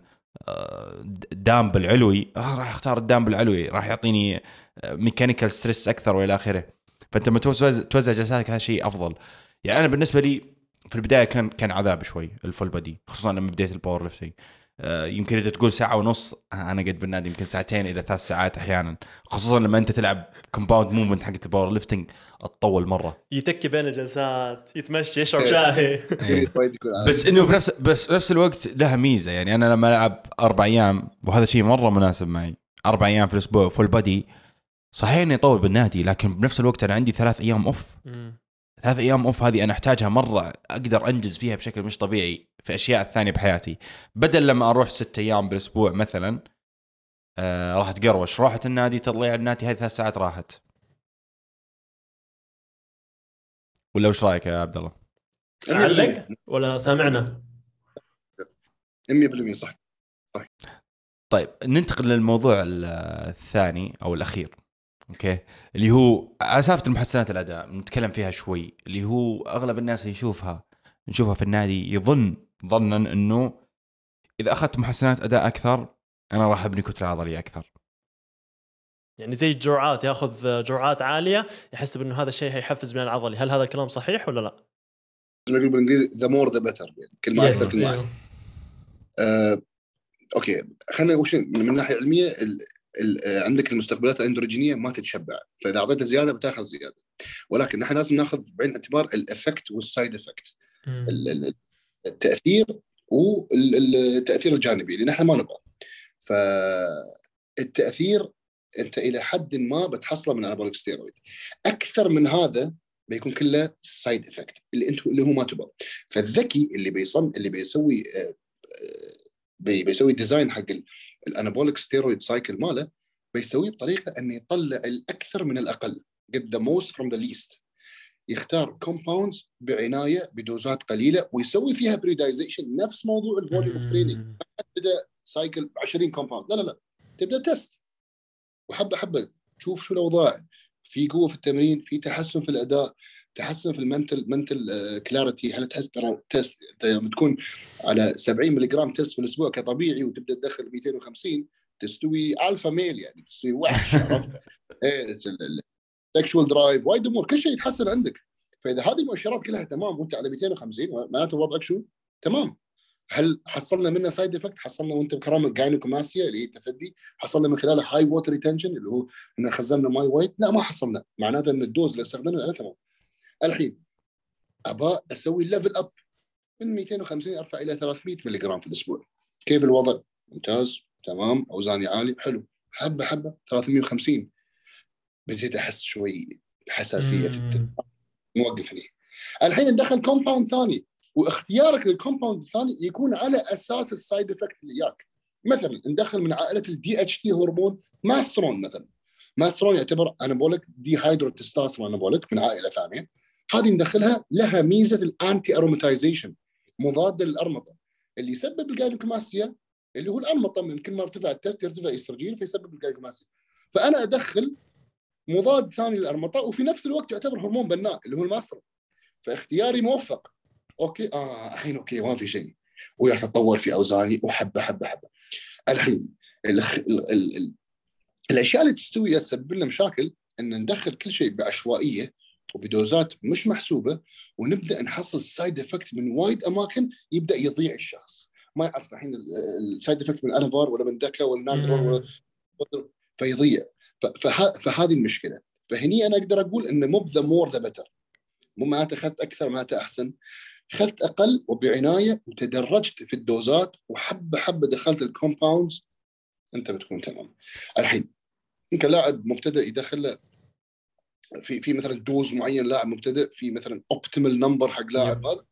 دامبل علوي، آه راح اختار الدامبل العلوي، راح يعطيني ميكانيكال ستريس اكثر والى اخره. فانت لما توزع توزع جلساتك هذا شيء افضل. يعني انا بالنسبه لي في البدايه كان كان عذاب شوي الفول بادي، خصوصا لما بديت الباور ليفتنج. آه يمكن انت تقول ساعه ونص، انا قد بالنادي يمكن ساعتين الى ثلاث ساعات احيانا، خصوصا لما انت تلعب كومباوند موفمنت حق الباور ليفتنج تطول مره، يتكي بين الجلسات، يتمشي، يشرب شاي. بس انه في نفس بس نفس الوقت لها ميزه. يعني انا لما العب اربع ايام وهذا شيء مره مناسب معي، اربع ايام في الاسبوع فول بادي، صحيح اني اطول بالنادي لكن بنفس الوقت انا عندي ثلاث ايام اوف. ثلاث ايام اوف هذه انا احتاجها مره، اقدر انجز فيها بشكل مش طبيعي في اشياء الثانيه بحياتي، بدل لما اروح ست ايام بالاسبوع مثلا آه راح اتقروش، روحت النادي تطلع النادي هذه ثلاث ساعات راحت. ولا وش رايك يا عبد الله؟ علق ولا سامعنا؟ مية بالمية صح صح. طيب ننتقل للموضوع الثاني او الاخير، اوكي، اللي هو عسافة المحسنات الاداء. نتكلم فيها شوي، اللي هو اغلب الناس اللي يشوفها نشوفها في النادي يظن ظنا انه اذا اخذت محسنات اداء اكثر انا راح ابني كتله عضليه اكثر. يعني زي الجرعات، ياخذ جرعات عاليه يحس انه هذا الشيء هيحفز بناء العضلي. هل هذا الكلام صحيح ولا لا؟ زي ما يقول بالانجليزي the more the better، يعني كل ما اكثر كل ما احسن. آه، اوكي خلينا نقول شيء من الناحيه العلميه. ال ال عندك المستقبلات الاندروجينيه ما تتشبع، فاذا اعطيتها زياده بتاخذ زياده، ولكن نحن لازم ناخذ بعين الاعتبار الافكت والسايد افكت، التاثير والتاثير الجانبي اللي نحن ما نبغى. فالتاثير انت الى حد ما بتحصله من الانابوليك ستيرويد، اكثر من هذا بيكون كله سايد افكت اللي انت اللي هو ما تبغى. فالذكي اللي بيصن اللي بيسوي بي بيسوي ديزاين حق الانابوليك ستيرويد سايكل ماله، بيسويه بطريقه انه يطلع الاكثر من الاقل، get the most from the least. يختار كومباوندز بعنايه بدوزات قليله ويسوي فيها بريدايزيشن، نفس موضوع الفوليوم اوف تريننج. بدا سايكل عشرين كومباوند، لا لا لا تبدا تست وحبه حبه تشوف شو الاوضاع، في قوه في التمرين، في تحسن في الاداء، تحسن في المنتل منتل كلاريتي. هل تحس ترى تست لما تكون على سبعين ملي جرام تست في الاسبوع كطبيعي وتبدا تدخل مئتين وخمسين تستوي الفا ميل، يعني تستوي وحش. عرفت؟ ايه سكشوال درايف وايد امور كل شيء يتحسن عندك. فاذا هذه المؤشرات كلها تمام وانت على مئتين وخمسين معناته وضعك شو تمام. هل حصلنا منه سايد افكت؟ حصلنا وانت بكرامه جاينوكوماسيا اللي هي التثدي، حصلنا من خلال هاي ووتر ريتنشن اللي هو ان خزننا ماي وايت؟ لا ما حصلنا، معناته ان الدوز اللي استخدمناه انا تمام. الحين ابى اسوي ليفل اب من مئتين وخمسين ارفع الى ثلاثمئة ملي جرام في الاسبوع. كيف الوضع؟ ممتاز تمام، اوزاني عالي حلو، حبه حبه ثلاثمئة وخمسين بديت احس شوي حساسيه في التنفس، موقفني. الحين ندخل كومباوند ثاني، واختيارك للكومباوند الثاني يكون على اساس السايد افكت اللي ياك. مثلا ندخل من عائله الدي اتش تي هرمون ماسترون، مثلا ماسترون يعتبر انابوليك دي هيدرو تستوستيرون انابوليك من عائله ثانيه، هذه ندخلها لها ميزه الانتي اروماتيزيشن، مضاد للارمطه اللي يسبب الجاينوكوماسيا اللي هو الارمطه، من كل ما ارتفع التست يرتفع استروجين فيسبب الجاينوكوماسيا. فانا ادخل مضاد ثاني للارمطه وفي نفس الوقت يعتبر هرمون بناء اللي هو الماسترون، فاختياري موفق. اوكي اه الحين اوكي ما في شيء، ويا تطور في اوزاني وحبه حبه حبه. الحين ال ال ال ال الاشياء اللي تستوي تسبب لنا مشاكل ان ندخل كل شيء بعشوائيه وبدوزات مش محسوبه، ونبدا نحصل سايد افكت من وايد اماكن، يبدا يضيع الشخص ما يعرف الحين السايد افكت من انفار ولا من دكا ولا ناندرون ولا فيضيع. فه فهذه المشكله. فهني انا اقدر اقول انه مو ذا مور ذا بتر، مو معناته اخذت اكثر معناته احسن، اخذت اقل وبعنايه وتدرجت في الدوزات وحبه حبه دخلت الكومباوندز، انت بتكون تمام. الحين يمكن لاعب مبتدئ يدخل له في في مثلا دوز معين، لاعب مبتدئ في مثلا اوبتيمال نمبر حق لاعب هذا،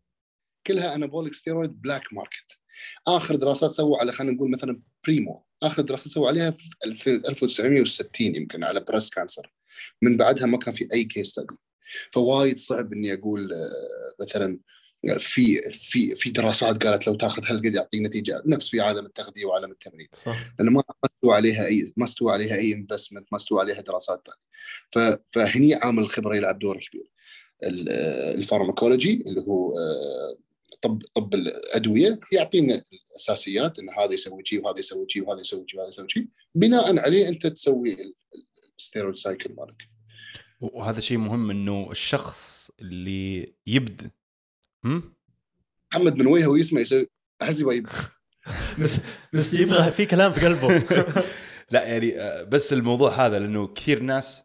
كلها انابوليك ستيرويد بلاك ماركت. اخر دراسات سووا على خلينا نقول مثلا بريمو، اخر دراسات سووا عليها في ألف وتسعمئة وستين يمكن على بريست كانسر، من بعدها ما كان في اي كيس ستدي. فوايد صعب اني اقول مثلا في في في دراسات قالت لو تاخذ هالقد يعطي نتيجه، نفس في عالم التغذيه وعالم التمرين، صح. لانه ما استوى عليها اي ما استوى عليها اي انفستمنت، ما استوى عليها دراسات ثانيه. فهني عامل الخبره يلعب دور كبير. الفارماكولوجي اللي هو طب طب الادويه يعطينا الاساسيات ان هذا يسوي شيء وهذا يسوي شيء وهذا يسوي شيء وهذا يسوي شيء، بناء عليه انت تسوي الستيرويد سايكل مالك. وهذا شيء مهم انه الشخص اللي يبدا هم محمد من وجهه ويسمع يسوي احس يبغى بس بس يبغى في كلام في قلبه. لا يعني بس الموضوع هذا لانه كثير ناس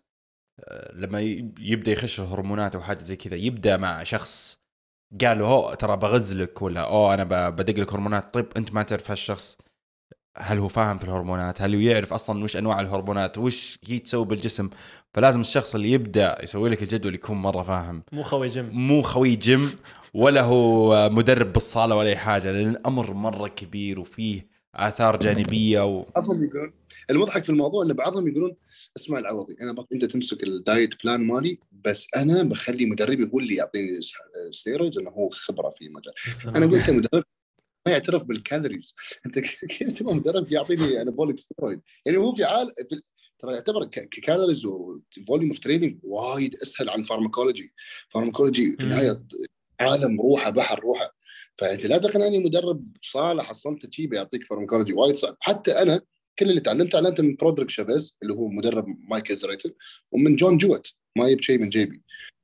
لما يبدا يخش الهرمونات او حاجه زي كذا يبدا مع شخص قال له هو ترى بغزلك ولا او انا بدق لك هرمونات. طيب انت ما تعرف هالشخص هل هو فاهم في الهرمونات، هل هو يعرف اصلا وش انواع الهرمونات وش هي تسوي بالجسم. فلازم الشخص اللي يبدا يسوي لك الجدول يكون مره فاهم، مو خوي جيم مو خوي جيم ولا هو مدرب بالصاله ولا اي حاجه، لان الامر مره كبير وفيه آثار جانبيه و... بعضهم يقولون المضحك في الموضوع ان بعضهم يقولون اسمع العوضي انا بق... انت تمسك الدايت بلان مالي بس انا بخلي مدربي هو اللي يعطيني ستيرويدز انه هو خبره في مجال. انا قلت مدرب ما يعترف بالكالوريز، انت كيف تبغى مدرب يعطيني انابوليك ستيرويد؟ يعني هو في عال في... ترى يعتبر كالوريز وفوليوم اوف تريننج وايد اسهل عن فارماكولوجي. فارماكولوجي في النهايه عالم روحه بحر روحه. فانت لا تقنعني مدرب صالح حصلت شيء بيعطيك فارماكولوجي وايد صعب. حتى انا كل اللي تعلمته تعلمته من برودريك شافيز اللي هو مدرب مايك إزريتل، ومن جون جوت ما يجيب شيء من جيبي.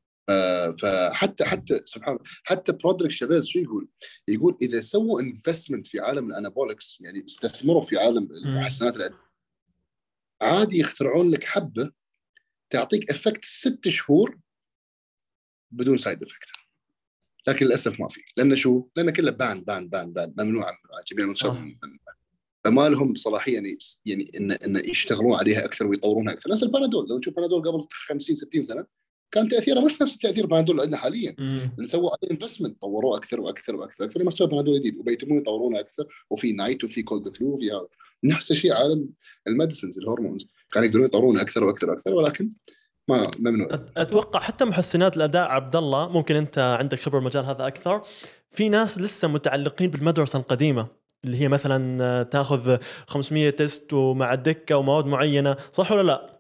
فحتى حتى سبحان الله حتى برودريك شافيز شو يقول؟ يقول اذا سووا انفستمنت في عالم الانابوليكس، يعني استثمروا في عالم المحسنات الأدوية، عادي يخترعون لك حبه تعطيك افكت ست شهور بدون سايد افكت. لكن للاسف ما في، لان شو؟ لان كله بان بان بان بان ممنوع من جميع المنشطات، فما لهم صلاحيه يعني يعني ان ان يشتغلون عليها اكثر ويطورونها اكثر. نفس البانادول، لو نشوف بانادول قبل خمسين ستين سنه كان تاثيره مش نفس تاثير بانادول عندنا حاليا، اللي سووا عليه انفستمنت طوروه اكثر واكثر واكثر، فلما سووا بانادول جديد وبيتمون يطورونه اكثر، وفي نايت وفي كولد فلو وفي هذا. نفس الشيء عالم الميديسنز الهرمونز كانوا يقدرون يطورونه اكثر واكثر واكثر، ولكن ما ممنوع. اتوقع حتى محسنات الاداء عبد الله ممكن انت عندك خبره المجال هذا اكثر، في ناس لسه متعلقين بالمدرسه القديمه اللي هي مثلا تاخذ خمسمية تيست ومع الدكه ومواد معينه، صح ولا لا؟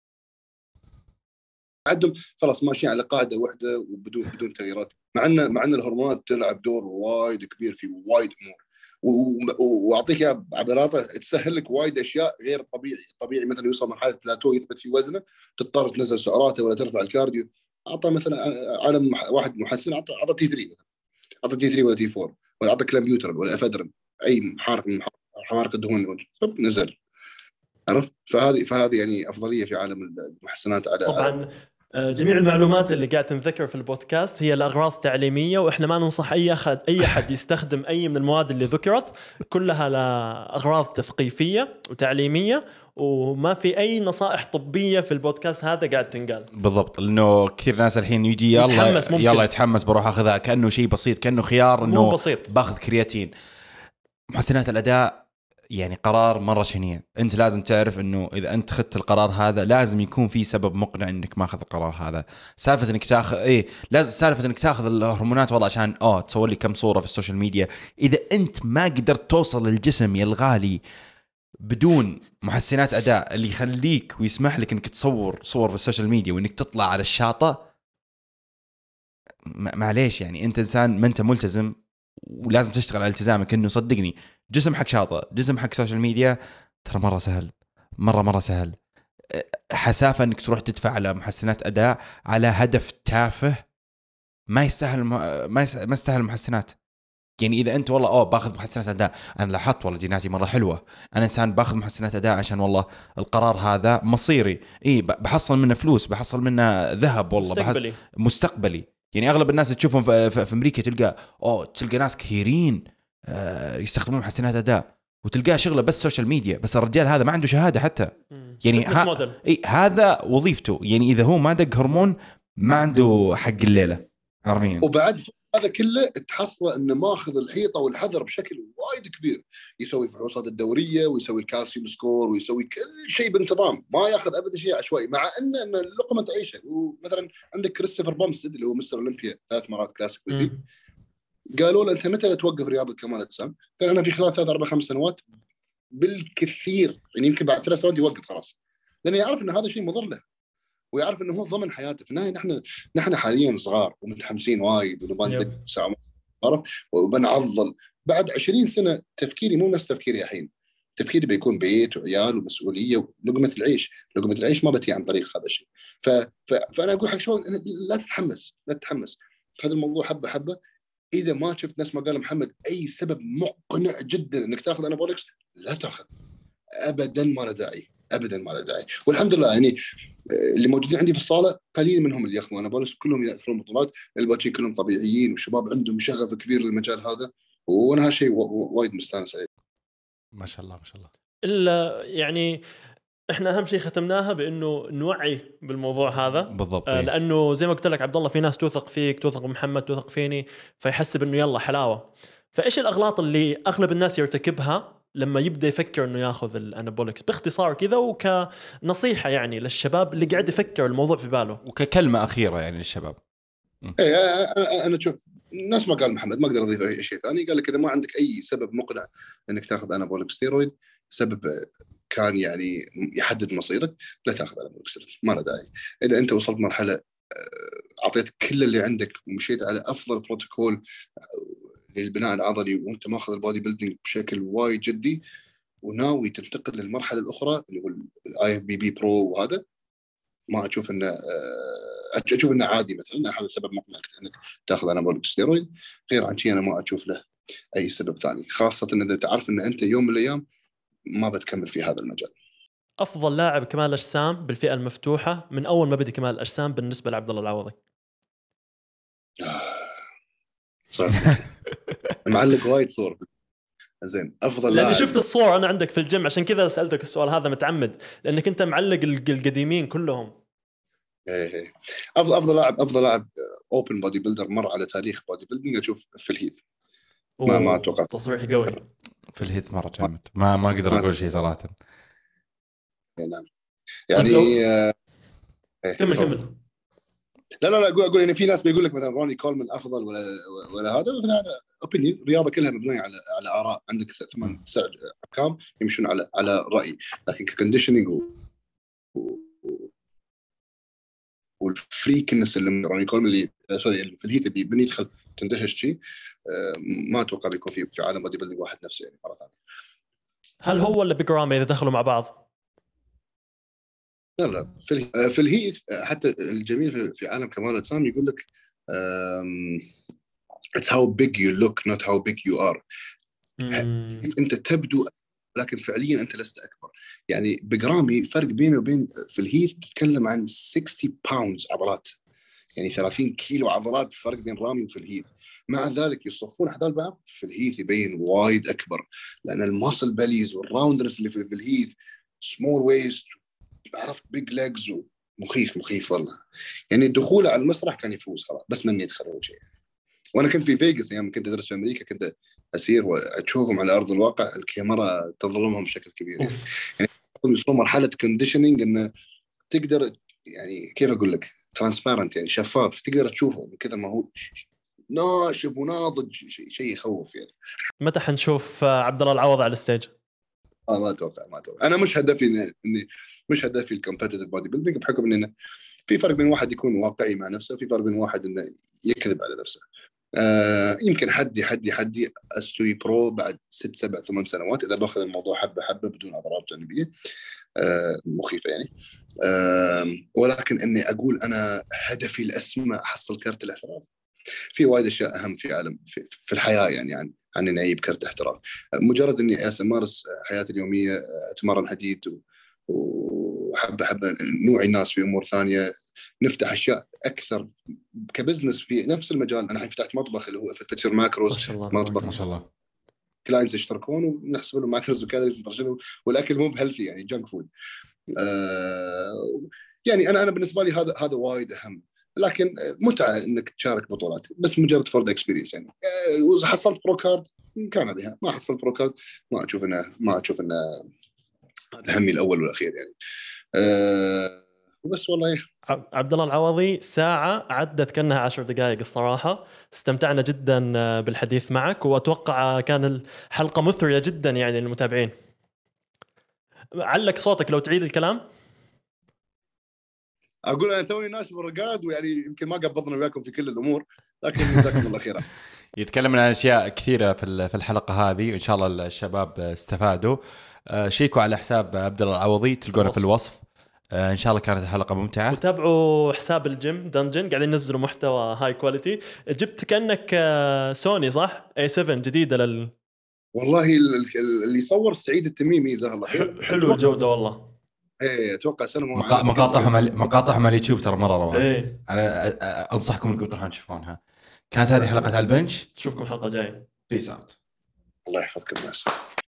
عندهم خلاص ماشيين على قاعده واحده وبدون بدون تغييرات، مع ان مع ان الهرمونات تلعب دور وايد كبير في وايد امور، واعطيك اياها بعباراته تسهل لك وايد اشياء غير الطبيعي. الطبيعي مثلا يوصل مرحله بلاتو يثبت في وزنه، تضطر تنزل سعراته ولا ترفع الكارديو. اعطى مثلا عالم واحد محسن، اعطى اعطى تي ثلاثة مثلا، اعطى تي ثلاثة ولا تي أربعة، ولا اعطى كلامبيوتر ولا افدرن، اي محارق من حوارق الدهون نزل. عرفت؟ فهذه فهذه يعني افضليه في عالم المحسنات على طبعا. جميع المعلومات اللي قاعد تنذكر في البودكاست هي لأغراض تعليمية، وإحنا ما ننصح أي أحد أي أحد يستخدم أي من المواد اللي ذكرت، كلها لأغراض تثقيفية وتعليمية، وما في أي نصائح طبية في البودكاست هذا قاعد تنقال. بالضبط، لأنه كثير ناس الحين يجي يلا يتحمس يلا يتحمس بروح أخذها كأنه شيء بسيط، كأنه خيار إنه بسيط. باخذ كرياتين. محسنات الأداء يعني قرار مرة شنيع. أنت لازم تعرف إنه إذا أنت خدت القرار هذا لازم يكون في سبب مقنع إنك ما أخذ القرار هذا. سالفة إنك تاخذ إيه لازم سالفة إنك تاخذ الهرمونات والله عشان آه تصور لي كم صورة في السوشيال ميديا. إذا أنت ما قدرت توصل للجسم يا الغالي بدون محسنات أداء اللي يخليك ويسمح لك إنك تصور صور في السوشيال ميديا وإنك تطلع على الشاطئ، معليش يعني أنت إنسان ما أنت ملتزم، ولازم تشتغل على التزامك. إنه صدقني جسم حق شاطئ، جسم حق سوشيال ميديا ترى مرة سهل، مرة مرة سهل. حسافة انك تروح تدفع على محسنات اداء على هدف تافه ما يستاهل ما يستاهل المحسنات. يعني اذا انت والله اوه باخذ محسنات اداء، انا لاحظت والله جيناتي مرة حلوة، انا انسان باخذ محسنات اداء عشان والله القرار هذا مصيري، اي بحصل منه فلوس، بحصل منه ذهب، والله مستقبلي. بحصل مستقبلي. يعني اغلب الناس تشوفهم في, في, في امريكا تلقى اوه تلقى ناس كثيرين يستخدمون محسنات أداء وتلقاه شغله بس سوشيال ميديا، بس الرجال هذا ما عنده شهادة حتى. يعني ها... إيه هذا وظيفته. يعني إذا هو ما دق هرمون ما عنده حق الليلة، عارفين. وبعد هذا كله تحصل انه ماخذ الحيطه والحذر بشكل وايد كبير، يسوي فحوصات الدوريه ويسوي الكالسيوم سكور ويسوي كل شيء بانتظام، ما ياخذ ابدا شيء عشوائي، مع ان ان اللقمه تعيشه. ومثلا عندك كريستوفر بامستد اللي هو مستر اولمبيا ثلاث مرات كلاسيك فيزيك، قالوا له انت متى توقف رياضه كمال الاجسام؟ قال انا في خلال ثلاث اربع خمس سنوات بالكثير، يعني يمكن بعد ثلاث سنوات يوقف خلاص، لانه يعرف ان هذا شيء مضر له، ويعرف انه هو ضمن حياته. في النهايه نحن نحن حاليا صغار ومتحمسين وايد ونبغى ندق ساعه عرف وبنعضل. بعد عشرين سنه تفكيري مو نفس تفكيري الحين، تفكيري بيكون بيت وعيال ومسؤوليه ولقمه العيش. لقمه العيش ما بتي عن طريق هذا الشيء. ف... ف... فانا اقول حق شباب لا تتحمس، لا تتحمس هذا الموضوع حبه حبه. اذا ما شفت نفس ما قال محمد اي سبب مقنع جدا انك تاخذ انابوليكس لا تاخذ ابدا، ما له داعي، ابدا ما له داعي. والحمد لله يعني اللي موجودين عندي في الصاله قليل منهم اللي ياخذون انابوليكس، كلهم ياخذون بطولات، الباقيين كلهم طبيعيين والشباب عندهم شغف كبير للمجال هذا، وانا هالشيء وايد مستانس عليه. ما شاء الله ما شاء الله. الا يعني احنا اهم شيء ختمناها بانه نوعي بالموضوع هذا بالضبط. آه لانه زي ما قلت لك عبد الله في ناس توثق فيك، توثق بمحمد، توثق فيني، فيحسب انه يلا حلاوه. فايش الاغلاط اللي اغلب الناس يرتكبها لما يبدا يفكر انه ياخذ الانابوليكس باختصار كذا وكنصيحه يعني للشباب اللي قاعد يفكر الموضوع في باله، وككلمه اخيره يعني للشباب؟ ايه انا اشوف نفس ما قال محمد، ما اقدر اضيف اي شيء ثاني. قال لك اذا ما عندك اي سبب مقنع انك تاخذ انابوليك ستيرويد، سبب كان يعني يحدد مصيرك، لا تاخذ انابوليك ستيرويد، ما له داعي. اذا انت وصلت مرحله اعطيت كل اللي عندك ومشيت على افضل بروتوكول للبناء العضلي وانت ماخذ البودي بيلدينج بشكل وايد جدي وناوي تنتقل للمرحله الاخرى اللي هو الاي اف بي بي برو، وهذا ما اشوف انه اشوف انه عادي. مثلا هذا سبب مقنع انك تاخذ انابوليك ستيرويد، غير عن شيء انا ما اشوف له اي سبب ثاني، خاصه ان اذا تعرف ان انت يوم من الايام ما بتكمل في هذا المجال. افضل لاعب كمال الاجسام بالفئه المفتوحه من اول ما بدا كمال الاجسام بالنسبه لعبد الله العوضي؟ صار معلق وايد صور زين. افضل لاني شفت الصور انا عندك في الجيم، عشان كذا سالتك السؤال هذا متعمد، لانك انت معلق القديمين كلهم. ايه افضل افضل لاعب افضل لاعب اوبن بودي بيلدر مر على تاريخ بودي بيلدينج اشوف في الهيث. ما ما اتوقع تصريح قوي في الهيث مره جامد. ما ما اقدر اقول شيء صراحه. نعم يعني طيب آه كمل كمل. لا لا لا اقول اقول يعني في ناس بيقول لك مثلا روني كولمان افضل ولا ولا هذا، مثلا هذا اوبينيون. الرياضه كلها مبنيه على على اراء، عندك ثمان تسع حكام يمشون على على راي، لكن ككونديشننج والفريكنس اللي روني كولمان اللي سوري في الهيت اللي بني يدخل تندهش شيء، ما اتوقع بيكون في في عالم بودي بيلدينج واحد نفسه يعني مره ثانيه. هل هو ولا بيج رامي اذا دخلوا مع بعض؟ لا لا في في الهيت حتى الجميل في, في عالم كمال الاجسام يقول لك it's how big you look not how big you are. انت تبدو لكن فعليا انت لست اكبر. يعني بجرامي الفرق بينه وبين في الهيت تتكلم عن ستين باوندز عضلات، يعني ثلاثين كيلو عضلات فرق بين رامي وفي الهيت. مع ذلك يصفون احداث بعض في الهيت يبين وايد اكبر، لان الماسل بليز والراوندنس اللي في, في الهيت سمول ويست، عرفت بيج ليجز، مخيف مخيف والله. يعني الدخول على المسرح كان يفوز خلاص بس من يدخل اول شيء. وانا كنت في فيغاس ايام كنت ادرس في امريكا، كنت اسير واشوفهم على ارض الواقع، الكاميرا تظلمهم بشكل كبير يعني, يعني يوصلون مرحله كونديشننج انه تقدر يعني كيف اقول لك ترانسبيرنت، يعني شفاف، تقدر تشوفه من كثر ما هو ناشف وناضج، شيء شيء يخوف يعني. متى حنشوف عبد الله العوض على الستيج؟ آه ما اتوقع ما اتوقع انا مش هدفي اني مش هدفي الكومبتيتيف بودي بيلدينج، بحكم ان في فرق بين واحد يكون واقعي مع نفسه وفي فرق بين واحد انه يكذب على نفسه. آه يمكن حدي حدي حدي استوي برو بعد ست سبع ثمان سنوات اذا باخذ الموضوع حبه حبه بدون اضرار جانبيه آه مخيفه يعني. آه ولكن اني اقول انا هدفي الاسمى احصل كارت الاحتراف، في وايد اشياء اهم في عالم في, في الحياه يعني عن عن اني اجيب كارت احتراف. مجرد اني امارس حياتي اليوميه، اتمرن حديد وحبه حبه نوعي الناس في امور ثانيه، نفتح اشياء اكثر كبزنس في نفس المجال. انا الحين فتحت مطبخ اللي هو فتشر ماكروز، ما شاء الله مطبخ ما شاء الله كلاينتس يشتركون ونحسب لهم ماكروز وكالوريز والاكل مو بهيلثي يعني جنك فود. آه يعني انا انا بالنسبه لي هذا هذا وايد اهم. لكن متعه انك تشارك بطولات بس مجرد فرد اكسبيرينس يعني. آه حصلت برو كارد كان بها، ما حصلت برو كارد ما اشوف انه ما اشوف انه هذا همي الاول والاخير يعني. أه وبس والله. عبد الله العوضي ساعة عدت كأنها عشر دقائق الصراحة، استمتعنا جدا بالحديث معك وأتوقع كان الحلقة مثرية جدا يعني للمتابعين. علق صوتك لو تعيد الكلام. أقول أنا توني ناس بالرقاد ويعني يمكن ما قبضنا وياكم في كل الأمور، لكن جزاكم الله خيرا. يتكلم عن أشياء كثيرة في الحلقة هذه وإن شاء الله الشباب استفادوا. شيكوا على حساب عبد الله العوضي تلقونه في الوصف. ان شاء الله كانت الحلقه ممتعه. وتابعوا حساب الجيم دنجن قاعدين ينزلوا محتوى هاي كواليتي. جبت كانك سوني صح إيه سبعة جديده لل والله اللي صور سعيد التميمي جزاه الله خير، حلو الجوده والله. ايه اتوقع سلموا مقا... مقاطعهم ال... مقاطعهم على اليوتيوب ترى مره روعه. ايه. انا انصحكم انكم تروحون تشوفونها. كانت هذه حلقه على البنش، نشوفكم الحلقه الجايه. بيس اوت. الله يحفظكم الناس.